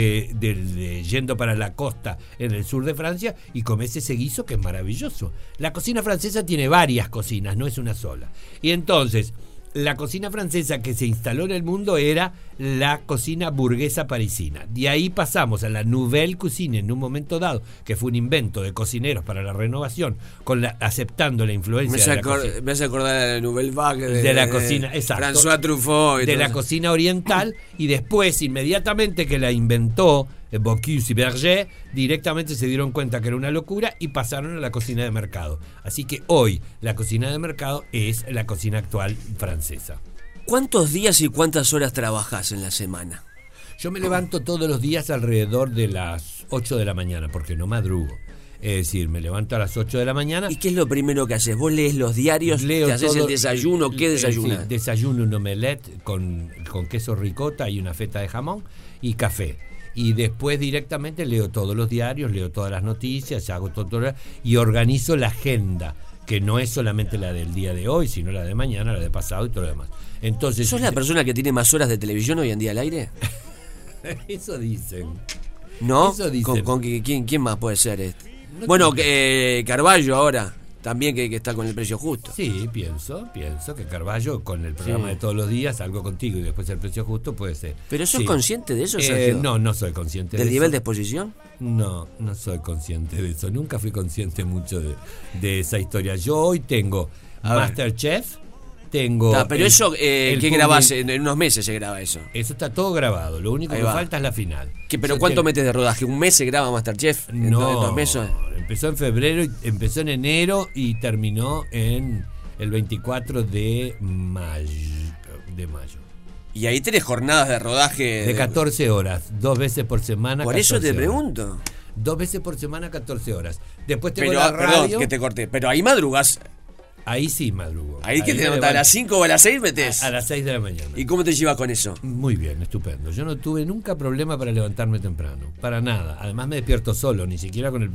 de yendo para la costa en el sur de Francia y comes ese guiso que es maravilloso. La cocina francesa tiene varias cocinas, no es una sola. Y entonces, la cocina francesa que se instaló en el mundo era la cocina burguesa parisina. De ahí pasamos a la Nouvelle Cuisine en un momento dado, que fue un invento de cocineros para la renovación, aceptando la influencia me hace acordar a la Nouvelle Vague de la cocina, exacto, François Truffaut de la cocina oriental, y después, inmediatamente que la inventó Bocuse y Berger, directamente se dieron cuenta que era una locura y pasaron a la cocina de mercado. Así que hoy la cocina de mercado es la cocina actual francesa. ¿Cuántos días y cuántas horas trabajas en la semana? Yo me levanto todos los días alrededor de las 8 de la mañana, porque no madrugo. Es decir, me levanto a las 8 de la mañana. ¿Y qué es lo primero que haces? ¿Vos lees los diarios? ¿Te haces el desayuno? ¿Qué desayunas? Sí, desayuno un omelette con queso ricota y una feta de jamón y café. Y después directamente leo todos los diarios, leo todas las noticias, hago todo y organizo la agenda, que no es solamente la del día de hoy, sino la de mañana, la de pasado y todo lo demás. Entonces, ¿sos la persona que tiene más horas de televisión hoy en día al aire? Eso dicen. ¿No? Eso dicen. ¿Quién más puede ser? Bueno, Carballo ahora. También que está con el precio justo. Sí, pienso que Carballo con el programa de todos los días, algo contigo y después el precio justo puede ser. ¿Pero sos consciente de eso, Sergio? No soy consciente de eso. ¿Del nivel de exposición? No soy consciente de eso. Nunca fui consciente mucho de esa historia. Yo hoy tengo Masterchef, tengo... pero eso, ¿qué grabás? En unos meses se graba eso. Eso está todo grabado, lo único que falta es la final. ¿Pero cuánto metes de rodaje? ¿Un mes se graba Masterchef? No, ¿En 2 meses? Empezó en febrero, empezó en enero y terminó en el 24 de mayo. Y ahí tenés jornadas de rodaje... De 14 horas, 2 veces por semana. Por eso te pregunto. 2 veces por semana, 14 horas. Después tengo la radio... Perdón, que te corté, pero ahí madrugás... Ahí sí madrugo. Ahí que te levantas a las 5 o a las 6 metés. A las 6 de la mañana. ¿Y cómo te llevas con eso? Muy bien, estupendo. Yo no tuve nunca problema para levantarme temprano. Para nada. Además me despierto solo, ni siquiera con el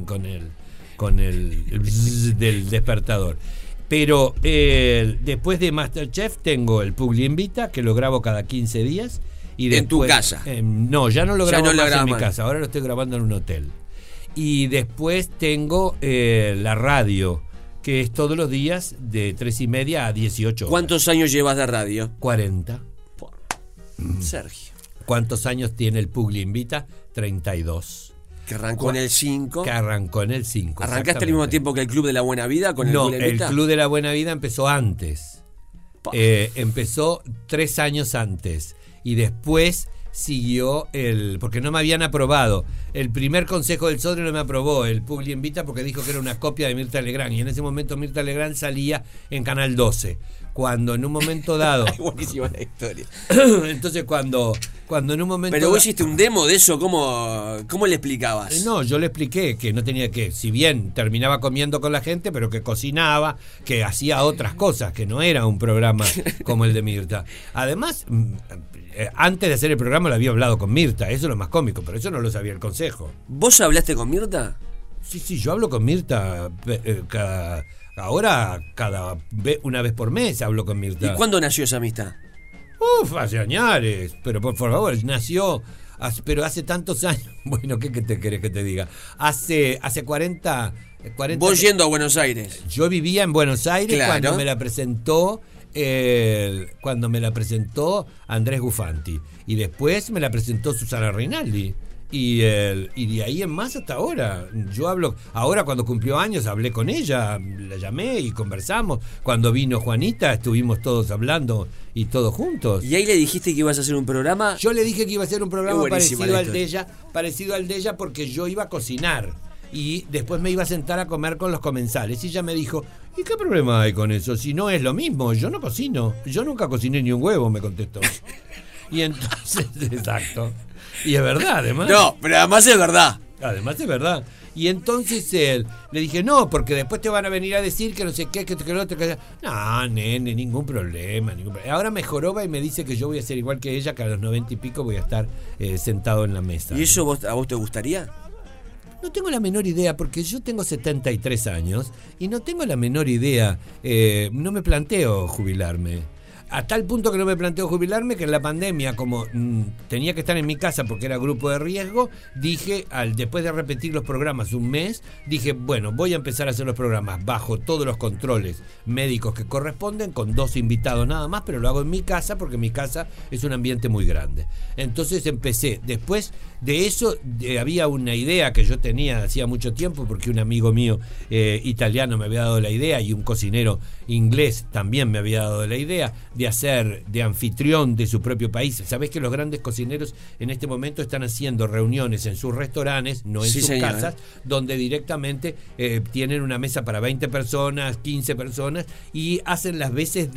del despertador. Pero después de Masterchef tengo el Pugli Invita, que lo grabo cada 15 días. Y después, ¿en tu casa? No, ya no lo grabo más en mi casa. Ahora lo estoy grabando en un hotel. Y después tengo la radio, que es todos los días de 3:30 a 18 horas. ¿Cuántos años llevas de radio? 40. Sergio. ¿Cuántos años tiene el Pugli Invita? 32. Que arrancó en el 5. ¿Arrancaste al mismo tiempo que el Club de la Buena Vida con el Pugli Invita? El Club de la Buena Vida empezó antes. Empezó 3 años antes. Y después siguió porque no me habían aprobado. El primer Consejo del Sodre no me aprobó el Pugli Invita porque dijo que era una copia de Mirta Legrand, y en ese momento Mirta Legrand salía en Canal 12. Cuando en un momento dado... Buenísima la historia. Entonces cuando en un momento... Pero vos hiciste un demo de eso, ¿cómo le explicabas? No, yo le expliqué que no tenía que... Si bien terminaba comiendo con la gente, pero que cocinaba, que hacía otras cosas, que no era un programa como el de Mirta. Además, antes de hacer el programa lo había hablado con Mirta, eso es lo más cómico, pero eso no lo sabía el Consejo. ¿Vos hablaste con Mirta? Sí, yo hablo con Mirta una vez por mes hablo con Mirta. ¿Y cuándo nació esa amistad? Hace años, pero por favor, nació, pero hace tantos años. Bueno, ¿qué te querés que te diga? Hace 40... Vos yendo a Buenos Aires. Yo vivía en Buenos Aires, claro, cuando me la presentó Andrés Gufanti, y después me la presentó Susana Rinaldi. Y de ahí en más hasta ahora. Yo hablo, ahora cuando cumplió años hablé con ella, la llamé y conversamos. Cuando vino Juanita estuvimos todos hablando y todos juntos. ¿Y ahí le dijiste que ibas a hacer un programa? Yo le dije que iba a hacer un programa parecido al de ella porque yo iba a cocinar y después me iba a sentar a comer con los comensales, y ella me dijo: ¿y qué problema hay con eso? Si no es lo mismo, yo no cocino, yo nunca cociné ni un huevo, me contestó. Y entonces, exacto. Y es verdad, además. No, pero además es verdad. Además es verdad. Y entonces le dije: no, porque después te van a venir a decir que no sé qué, que lo otro, que... No, nene, ningún problema. Ahora me joroba y me dice que yo voy a ser igual que ella, que a los 90 y pico voy a estar sentado en la mesa. ¿Y eso a vos te gustaría? No tengo la menor idea, porque yo tengo 73 años y no tengo la menor idea. No me planteo jubilarme. A tal punto que no me planteo jubilarme, que en la pandemia, como tenía que estar en mi casa porque era grupo de riesgo, dije, después de repetir los programas un mes, dije, bueno, voy a empezar a hacer los programas bajo todos los controles médicos que corresponden, con 2 invitados nada más, pero lo hago en mi casa porque mi casa es un ambiente muy grande. Entonces empecé. Después de eso había una idea que yo tenía hacía mucho tiempo, porque un amigo mío italiano me había dado la idea, y un cocinero inglés también me había dado la idea de hacer de anfitrión de su propio país. Sabés que los grandes cocineros en este momento están haciendo reuniones en sus restaurantes, no en sus casas, donde directamente tienen una mesa para 20 personas, 15 personas, y hacen las veces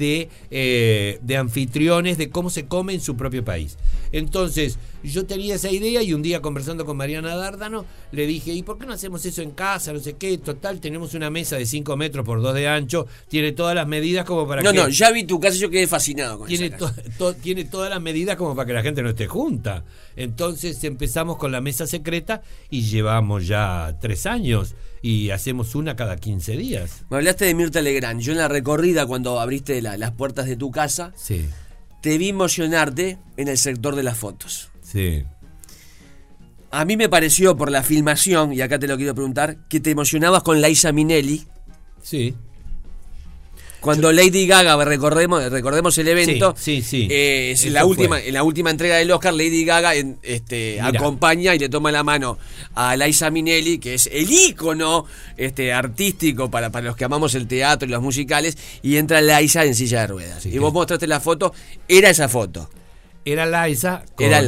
de anfitriones de cómo se come en su propio país. Entonces yo tenía esa idea, y un día conversando con Mariana Dárdano le dije: ¿y por qué no hacemos eso en casa? No sé qué, total, tenemos una mesa de 5 metros por 2 de ancho, tiene todas las medidas como para No, ya vi tu casa, yo quedé fascinado con tiene tiene todas las medidas como para que la gente no esté junta. Entonces empezamos con la mesa secreta y llevamos ya 3 años y hacemos una cada 15 días. Me hablaste de Mirta Legrand. Yo en la recorrida, cuando abriste las puertas de tu casa, sí, te vi emocionarte en el sector de las fotos. Sí. A mí me pareció por la filmación, y acá te lo quiero preguntar, que te emocionabas con Liza Minnelli. Sí. Cuando Lady Gaga, recordemos el evento, sí. En la última entrega del Oscar, Lady Gaga acompaña y le toma la mano a Liza Minnelli, que es el ícono artístico para los que amamos el teatro y los musicales, y entra Liza en silla de ruedas. Y vos mostraste la foto, era esa foto. Era Liza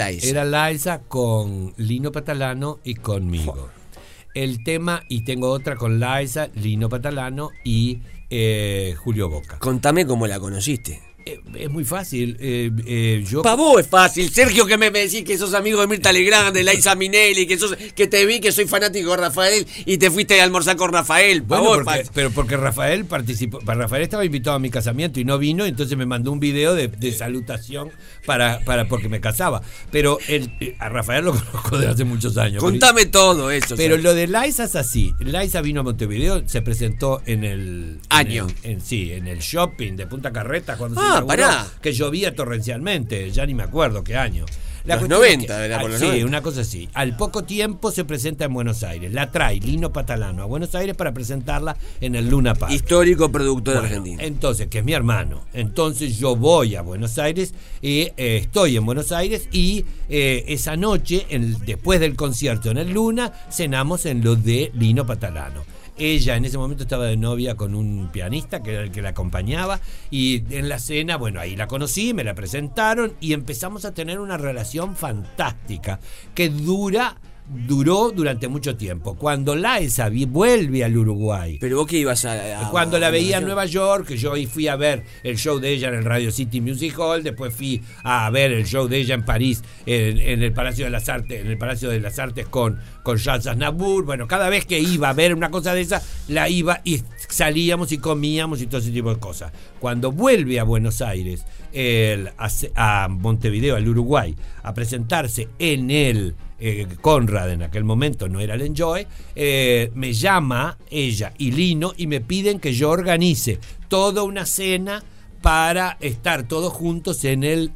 con Lino Patalano y conmigo. El tema, y tengo otra con Liza, Lino Patalano y Julio Boca. Contame cómo la conociste. Es muy fácil. Para vos es fácil. Sergio, que me decís que sos amigo de Mirta Legrand, de Liza Minnelli, que te vi que soy fanático de Rafael y te fuiste a almorzar con Rafael. Pero porque Rafael participó. Rafael estaba invitado a mi casamiento y no vino, entonces me mandó un video de salutación para porque me casaba. Pero a Rafael lo conozco desde hace muchos años. Contame todo eso. Pero lo de Liza es así. Liza vino a Montevideo, se presentó en el año. En el shopping de Punta Carretas cuando pará. Que llovía torrencialmente, ya ni me acuerdo qué año. Los 90, era por los 90. Sí, una cosa así. Al poco tiempo se presenta en Buenos Aires. La trae Lino Patalano a Buenos Aires para presentarla en el Luna Park. Histórico productor argentino. Entonces, que es mi hermano. Entonces yo voy a Buenos Aires, estoy en Buenos Aires y esa noche, después del concierto en el Luna, cenamos en lo de Lino Patalano. Ella en ese momento estaba de novia con un pianista que era el que la acompañaba, y en la cena, bueno, ahí la conocí, me la presentaron y empezamos a tener una relación fantástica que duró durante mucho tiempo. Cuando Liza vuelve al Uruguay. ¿Pero vos qué ibas cuando la veía en Nueva York, que yo ahí fui a ver el show de ella en el Radio City Music Hall, después fui a ver el show de ella en París, en el Palacio de las Artes con Charles Aznavour. Bueno, cada vez que iba a ver una cosa de esa, la iba y salíamos y comíamos y todo ese tipo de cosas. Cuando vuelve a Buenos Aires, a Montevideo, al Uruguay, a presentarse en el Conrad, en aquel momento no era el Enjoy, me llama ella y Lino y me piden que yo organice toda una cena para estar todos juntos en el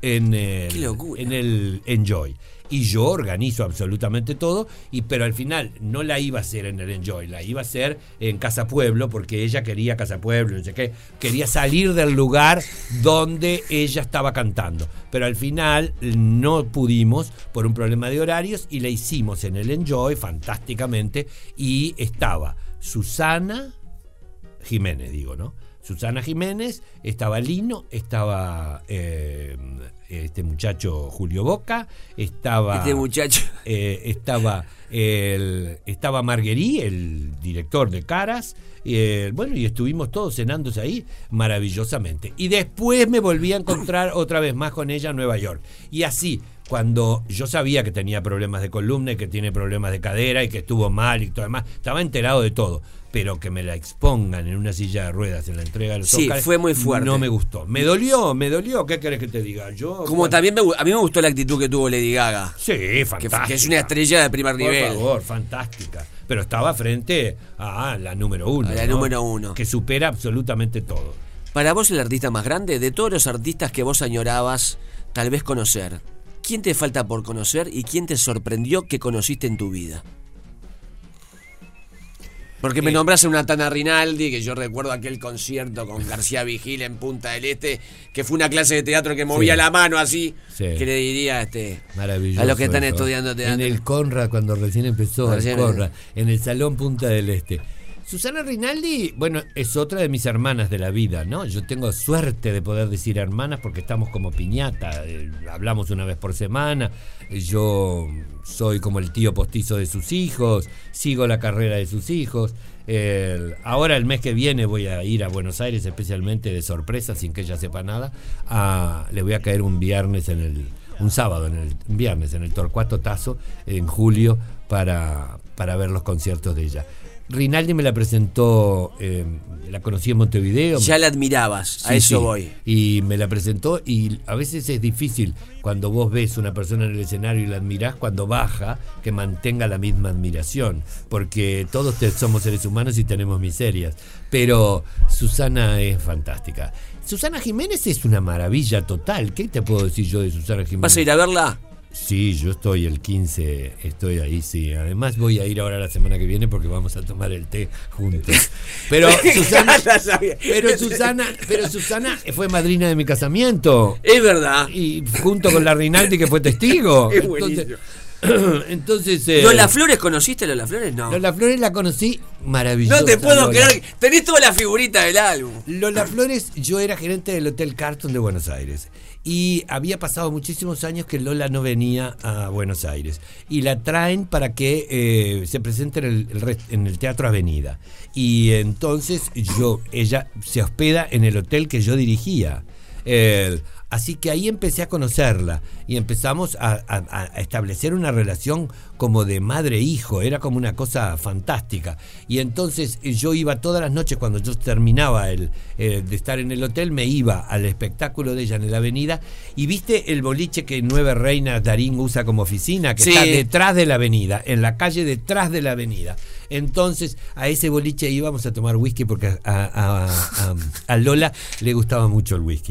Enjoy. Y yo organizo absolutamente todo, pero al final no la iba a hacer en el Enjoy, la iba a hacer en Casa Pueblo, porque ella quería Casa Pueblo, no sé qué, quería salir del lugar donde ella estaba cantando. Pero al final no pudimos por un problema de horarios y la hicimos en el Enjoy fantásticamente, y estaba Susana Jiménez, Susana Jiménez, estaba Lino, estaba este muchacho Julio Boca, estaba estaba Marguerite, el director de Caras, bueno, y estuvimos todos cenándose ahí maravillosamente. Y después me volví a encontrar otra vez más con ella en Nueva York. Y así, cuando yo sabía que tenía problemas de columna y que tiene problemas de cadera y que estuvo mal y todo demás, estaba enterado de todo. Pero que me la expongan en una silla de ruedas en la entrega de los Oscars, fue muy fuerte. No me gustó. Me dolió. ¿Qué querés que te diga? También a mí me gustó la actitud que tuvo Lady Gaga. Sí, fantástica. Que es una estrella de primer nivel. Por favor, fantástica. Pero estaba frente a la número uno. Número uno. Que supera absolutamente todo. Para vos, el artista más grande, de todos los artistas que vos añorabas tal vez conocer, ¿quién te falta por conocer y quién te sorprendió que conociste en tu vida? Porque me nombraste a una Tana Rinaldi, que yo recuerdo aquel concierto con García Vigil en Punta del Este, que fue una clase de teatro que movía la mano así, que le diría a los que están estudiando teatro. En el Conrad, cuando recién empezó el Conrad, en el Salón Punta del Este. Susana Rinaldi, bueno, es otra de mis hermanas de la vida, ¿no? Yo tengo suerte de poder decir hermanas porque estamos como piñata, hablamos una vez por semana, yo soy como el tío postizo de sus hijos, sigo la carrera de sus hijos. Ahora el mes que viene voy a ir a Buenos Aires, especialmente de sorpresa, sin que ella sepa nada. Le voy a caer un viernes un viernes en el Torcuato Tazo en julio para ver los conciertos de ella. Rinaldi me la presentó, la conocí en Montevideo. Ya la admirabas, a eso voy. Y me la presentó, y a veces es difícil cuando vos ves una persona en el escenario y la admirás, cuando baja, que mantenga la misma admiración, porque todos somos seres humanos y tenemos miserias. Pero Susana es fantástica. Susana Jiménez es una maravilla total. ¿Qué te puedo decir yo de Susana Jiménez? ¿Vas a ir a verla? Sí, yo estoy el 15, estoy ahí, sí. Además voy a ir ahora la semana que viene porque vamos a tomar el té juntos. Pero Susana fue madrina de mi casamiento. Es verdad. Y junto con la Rinaldi, que fue testigo. Es buenísimo. Entonces, ¿Lola Flores conociste Lola Flores? No. Lola Flores la conocí, maravillosa. No te puedo Lola. creer. Tenés toda la figurita del álbum. Lola Flores, yo era gerente del Hotel Carlton de Buenos Aires. Y había pasado muchísimos años que Lola no venía a Buenos Aires. Y la traen para que se presente en el Teatro Avenida. Y entonces ella se hospeda en el hotel que yo dirigía. Así que ahí empecé a conocerla y empezamos a establecer una relación como de madre-hijo, era como una cosa fantástica. Y entonces yo iba todas las noches, cuando yo terminaba de estar en el hotel, me iba al espectáculo de ella en la avenida. Y viste el boliche que Nueve Reinas Darín usa como oficina, que está detrás de la avenida, en la calle detrás de la avenida. Entonces a ese boliche íbamos a tomar whisky porque a Lola le gustaba mucho el whisky.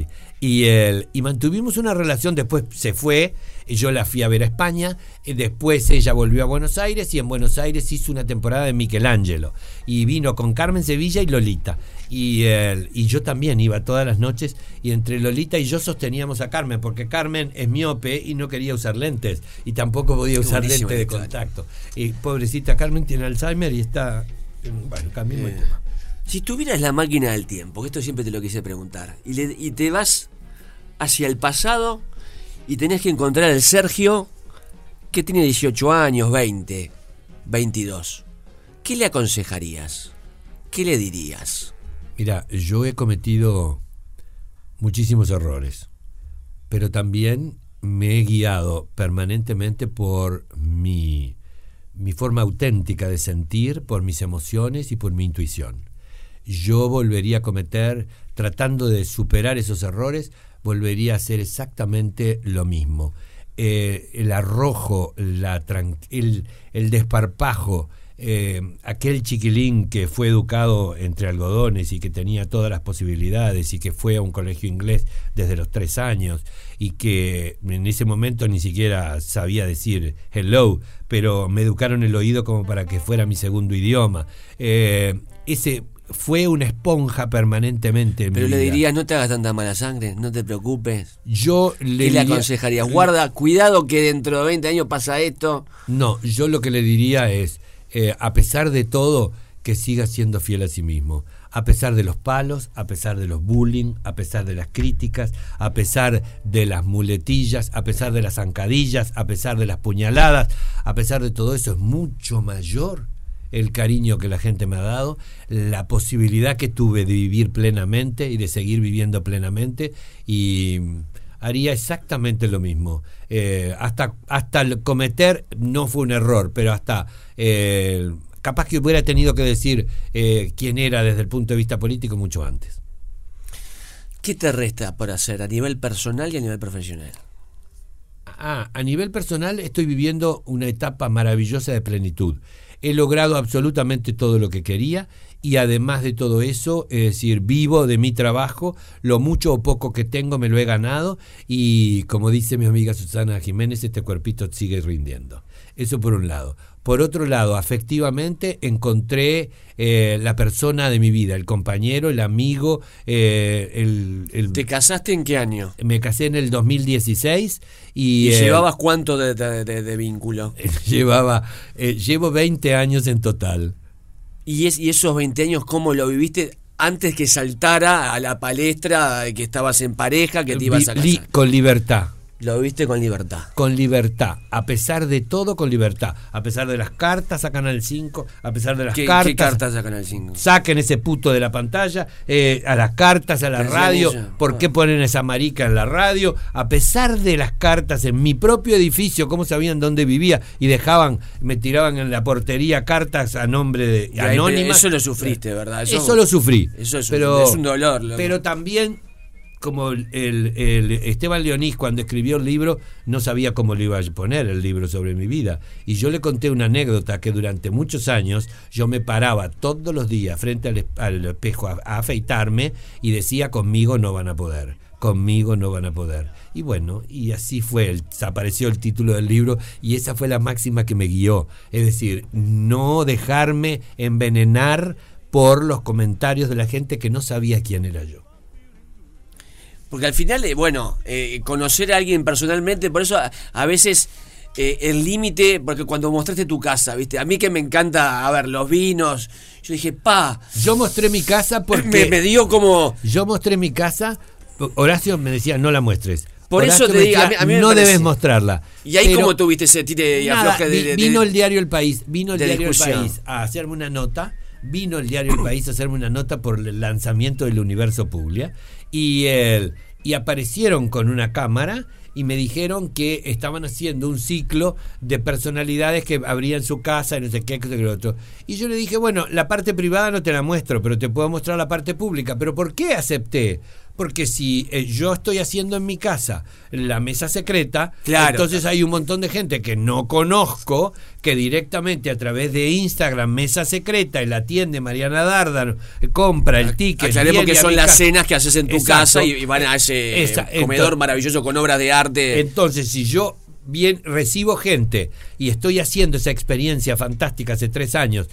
Y mantuvimos una relación. Después se fue, yo la fui a ver a España, y después ella volvió a Buenos Aires, y en Buenos Aires hizo una temporada de Michelangelo y vino con Carmen Sevilla y Lolita, y yo también iba todas las noches, y entre Lolita y yo sosteníamos a Carmen porque Carmen es miope y no quería usar lentes y tampoco podía usar lentes de contacto, y pobrecita Carmen tiene Alzheimer y está, bueno, cambiemos el tema. Si tuvieras la máquina del tiempo, que esto siempre te lo quise preguntar, y te vas hacia el pasado y tenés que encontrar al Sergio que tiene 18 años, 20, 22, ¿qué le aconsejarías? ¿Qué le dirías? Mira, yo he cometido muchísimos errores, pero también me he guiado permanentemente por mi forma auténtica de sentir, por mis emociones y por mi intuición. Yo volvería a cometer, tratando de superar esos errores, volvería a hacer exactamente lo mismo. El arrojo, el desparpajo, aquel chiquilín que fue educado entre algodones y que tenía todas las posibilidades y que fue a un colegio inglés desde los 3 años y que en ese momento ni siquiera sabía decir hello, pero me educaron el oído como para que fuera mi segundo idioma. Ese fue una esponja permanentemente en Pero mi le vida. dirías, no te hagas tanta mala sangre, no te preocupes. ¿Qué le aconsejarías? Guarda, cuidado que dentro de 20 años pasa esto. No, yo lo que le diría es, a pesar de todo, que siga siendo fiel a sí mismo. A pesar de los palos, a pesar de los bullying, a pesar de las críticas, a pesar de las muletillas, a pesar de las zancadillas, a pesar de las puñaladas, a pesar de todo eso, es mucho mayor el cariño que la gente me ha dado, la posibilidad que tuve de vivir plenamente y de seguir viviendo plenamente, y haría exactamente lo mismo. Hasta el cometer, no fue un error, pero hasta capaz que hubiera tenido que decir quién era desde el punto de vista político mucho antes. ¿Qué te resta por hacer a nivel personal y a nivel profesional? A nivel personal estoy viviendo una etapa maravillosa de plenitud. He logrado absolutamente todo lo que quería y además de todo eso, es decir, vivo de mi trabajo, lo mucho o poco que tengo me lo he ganado y como dice mi amiga Susana Jiménez, este cuerpito sigue rindiendo. Eso por un lado. Por otro lado, afectivamente encontré la persona de mi vida, el compañero, el amigo. ¿Te casaste en qué año? Me casé en el 2016. ¿Y llevabas cuánto de vínculo? Llevo 20 años en total. ¿Y esos 20 años cómo lo viviste antes que saltara a la palestra, que estabas en pareja, que te ibas a casar? Con libertad. Lo viviste con libertad. Con libertad, a pesar de todo, con libertad. A pesar de las cartas a Canal 5, a pesar de las cartas... ¿Qué cartas a Canal 5? Saquen ese puto de la pantalla, a las cartas, a la radio. ¿Por qué ponen esa marica en la radio? A pesar de las cartas en mi propio edificio, cómo sabían dónde vivía y me tiraban en la portería cartas a nombre de anónimas. Eso lo sufriste, ¿verdad? Eso lo sufrí. Eso es un dolor. Pero también... Como el Esteban Leonís, cuando escribió el libro, no sabía cómo le iba a poner el libro sobre mi vida. Y yo le conté una anécdota que durante muchos años yo me paraba todos los días frente al espejo a afeitarme y decía, conmigo no van a poder. conmigo no van a poder. Y bueno, y así fue, apareció el título del libro y esa fue la máxima que me guió. Es decir, no dejarme envenenar por los comentarios de la gente que no sabía quién era yo. Porque al final, conocer a alguien personalmente, por eso a veces el límite, porque cuando mostraste tu casa, ¿viste? A mí que me encanta, los vinos, yo dije, yo mostré mi casa porque... me dio como... Yo mostré mi casa, Horacio me decía, no la muestres. Por Horacio eso te digo, a mí no me parece... debes mostrarla. Y ahí como tuviste ese tire y afloje de... Vino el diario El País, discusión. a hacerme una nota, vino el diario El País a hacerme una nota por el lanzamiento del Universo Puglia, y aparecieron con una cámara y me dijeron que estaban haciendo un ciclo de personalidades que abrían su casa y no sé qué, que lo otro. Y yo le dije, bueno, la parte privada no te la muestro, pero te puedo mostrar la parte pública. ¿Pero por qué acepté? Porque si yo estoy haciendo en mi casa la mesa secreta, entonces hay un montón de gente que no conozco, que directamente a través de Instagram, mesa secreta, y la atiende Mariana Dárdano, compra el ticket. Aclaremos que son las cenas que haces en tu Exacto. casa y van a ese comedor maravilloso con obras de arte. Entonces, si yo recibo gente y estoy haciendo esa experiencia fantástica hace 3 años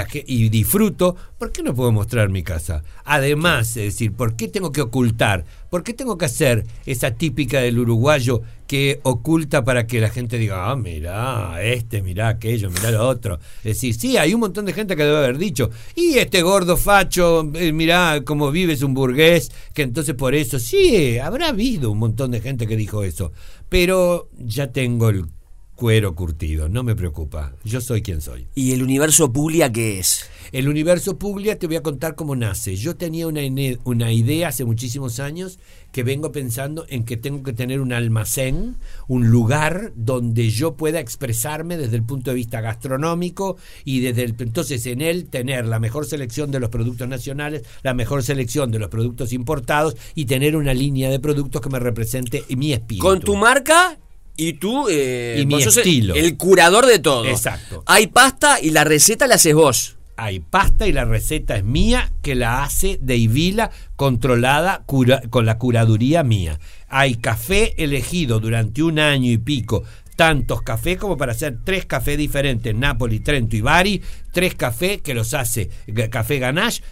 y disfruto, ¿por qué no puedo mostrar mi casa? Además, es decir, ¿por qué tengo que ocultar? ¿Por qué tengo que hacer esa típica del uruguayo que oculta para que la gente diga, mirá mirá aquello, mirá lo otro? Es decir, sí, hay un montón de gente que debe haber dicho, y este gordo facho, mirá cómo vive, es un burgués, que entonces por eso, sí, habrá habido un montón de gente que dijo eso, pero ya tengo el cuero curtido, no me preocupa, yo soy quien soy. ¿Y el Universo Puglia qué es? El Universo Puglia te voy a contar cómo nace. Yo tenía una idea hace muchísimos años que vengo pensando en que tengo que tener un almacén, un lugar donde yo pueda expresarme desde el punto de vista gastronómico y entonces en él tener la mejor selección de los productos nacionales, la mejor selección de los productos importados y tener una línea de productos que me represente mi espíritu. Con tu marca y tú y mi estilo. El curador de todo. Exacto. Hay pasta y la receta la haces vos. Hay pasta y la receta es mía, que la hace Deivila, controlada con la curaduría mía. Hay café elegido durante 1 año y pico, tantos cafés como para hacer 3 cafés diferentes, Napoli, Trento y Bari, 3 cafés que los hace Café Ganache.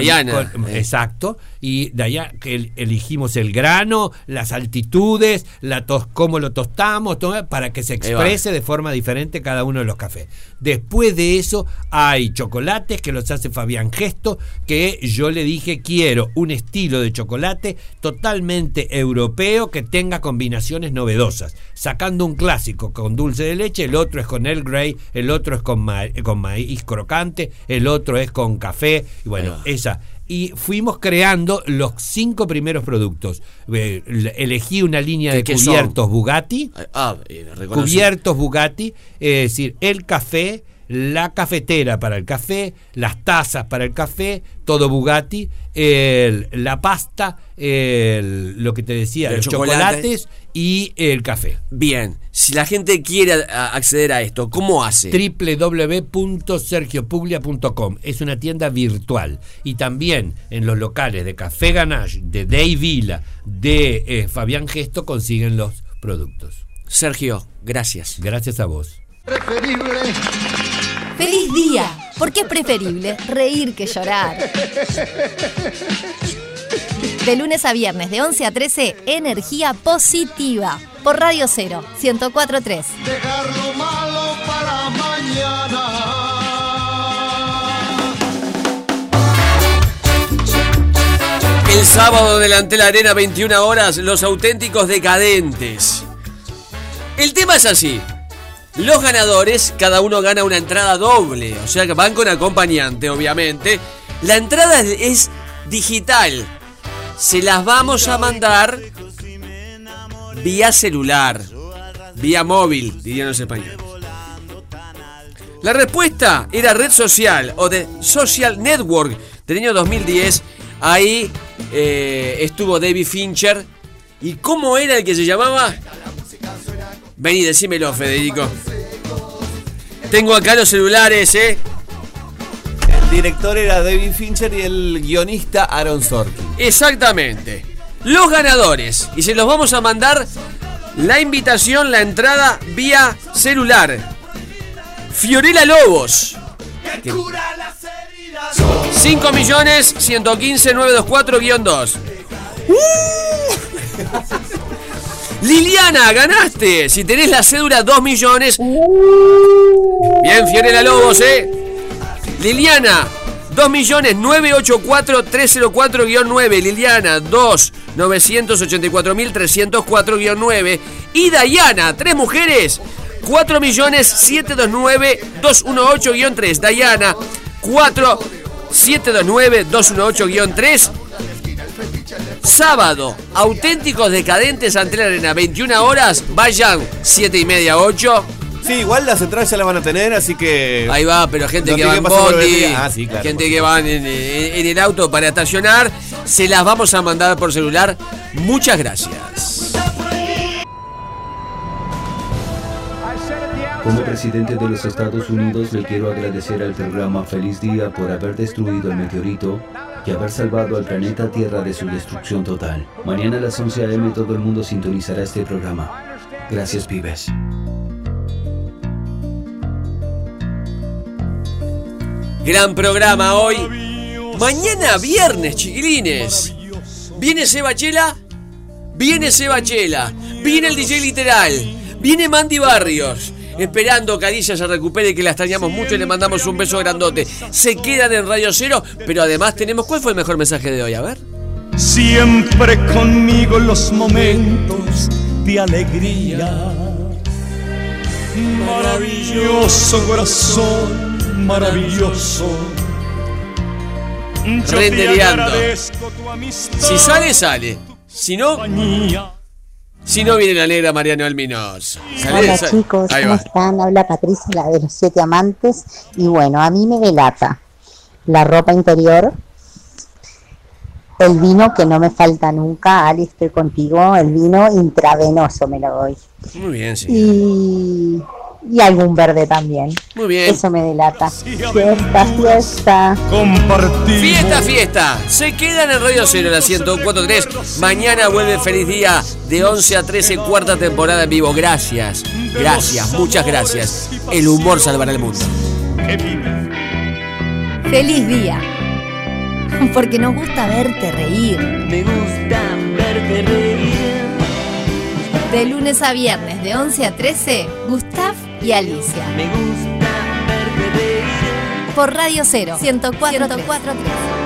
Exacto, y de allá que elegimos el grano, las altitudes, cómo lo tostamos, todo, para que se exprese de forma diferente cada uno de los cafés. Después de eso hay chocolates que los hace Fabián Gesto, que yo le dije quiero un estilo de chocolate totalmente europeo que tenga combinaciones novedosas, sacando un clásico con dulce de leche, el otro es con Earl Grey, el otro es con maíz crocante, el otro es con café, y bueno, y fuimos creando los 5 primeros productos. Elegí una línea de cubiertos Bugatti. Cubiertos Bugatti, es decir, el café, la cafetera para el café, las tazas para el café, todo Bugatti, la pasta, lo que te decía, los chocolates y el café. Bien, si la gente quiere acceder a esto, ¿cómo hace? www.sergiopuglia.com. Es una tienda virtual y también en los locales de Café Ganache, de Deivila, de Fabián Gesto consiguen los productos. Sergio, gracias. Gracias a vos. ¡Feliz día! Porque es preferible reír que llorar. De lunes a viernes, de 11 a 13, Energía Positiva. Por Radio 0, 104.3. Dejar lo malo para mañana. El sábado delante de la arena, 21 horas, Los Auténticos Decadentes. El tema es así. Los ganadores, cada uno gana una entrada doble, o sea que van con acompañante, obviamente. La entrada es digital. Se las vamos a mandar vía celular, vía móvil, dirían los españoles. La respuesta era red social o de social network del año 2010. Ahí estuvo David Fincher. ¿Y cómo era el que se llamaba? Vení, decímelo, Federico. Tengo acá los celulares, El director era David Fincher y el guionista Aaron Sorkin. Exactamente. los ganadores. Y se los vamos a mandar la invitación, la entrada vía celular. Fiorella Lobos. 5.115.924-2. Liliana, ganaste. Si tenés la cédula 2 millones. Bien, Fiorella Lobos, Liliana, 2.984.304-9. Liliana, 2.984.304-9. Y Dayana, 3 mujeres, 4.729.218-3. Dayana, 4.729.218-3. Sábado, Auténticos Decadentes ante la Arena, 21 horas. Vayan 7:30, 8. Sí, igual las entradas ya las van a tener, así que... Ahí va, pero gente no que va en pasar por bondi, sí, claro, gente que va en el auto para estacionar, se las vamos a mandar por celular. Muchas gracias. Como presidente de los Estados Unidos le quiero agradecer al programa Feliz Día por haber destruido el meteorito y haber salvado al planeta Tierra de su destrucción total. Mañana a las 11 a.m. todo el mundo sintonizará este programa. Gracias, pibes. Gran programa hoy. Mañana viernes, chiquilines. ¿Viene Sebachela? Viene Sebachela. Viene el DJ Literal. Viene Mandy Barrios. Esperando que Alicia se recupere y que la extrañamos mucho y le mandamos un beso grandote. Se quedan en Radio Cero, pero además tenemos... ¿Cuál fue el mejor mensaje de hoy? A ver. Siempre conmigo los momentos de alegría. Maravilloso corazón, maravilloso. Rendereando. Si sale, sale. Si no... Si no, viene la negra Mariano Alminos. Hola chicos, ¿cómo están? Habla Patricia, la de los 7 amantes. Y bueno, a mí me delata la ropa interior, el vino que no me falta nunca. Ali, estoy contigo. El vino intravenoso me lo doy. Muy bien, sí. Y algún verde también. Muy bien. Eso me delata. Fiesta, fiesta. Fiesta, fiesta. Se quedan en Radio Cero, la 104.3. Mañana vuelve Feliz Día de 11 a 13, cuarta temporada en vivo. Gracias, gracias, muchas gracias. El humor salvará el mundo. Feliz día. Porque nos gusta verte reír. Me gusta verte reír. De lunes a viernes, de 11 a 13, Gustav y Alicia. Me gusta verte reír. Por Radio Cero, 104.3.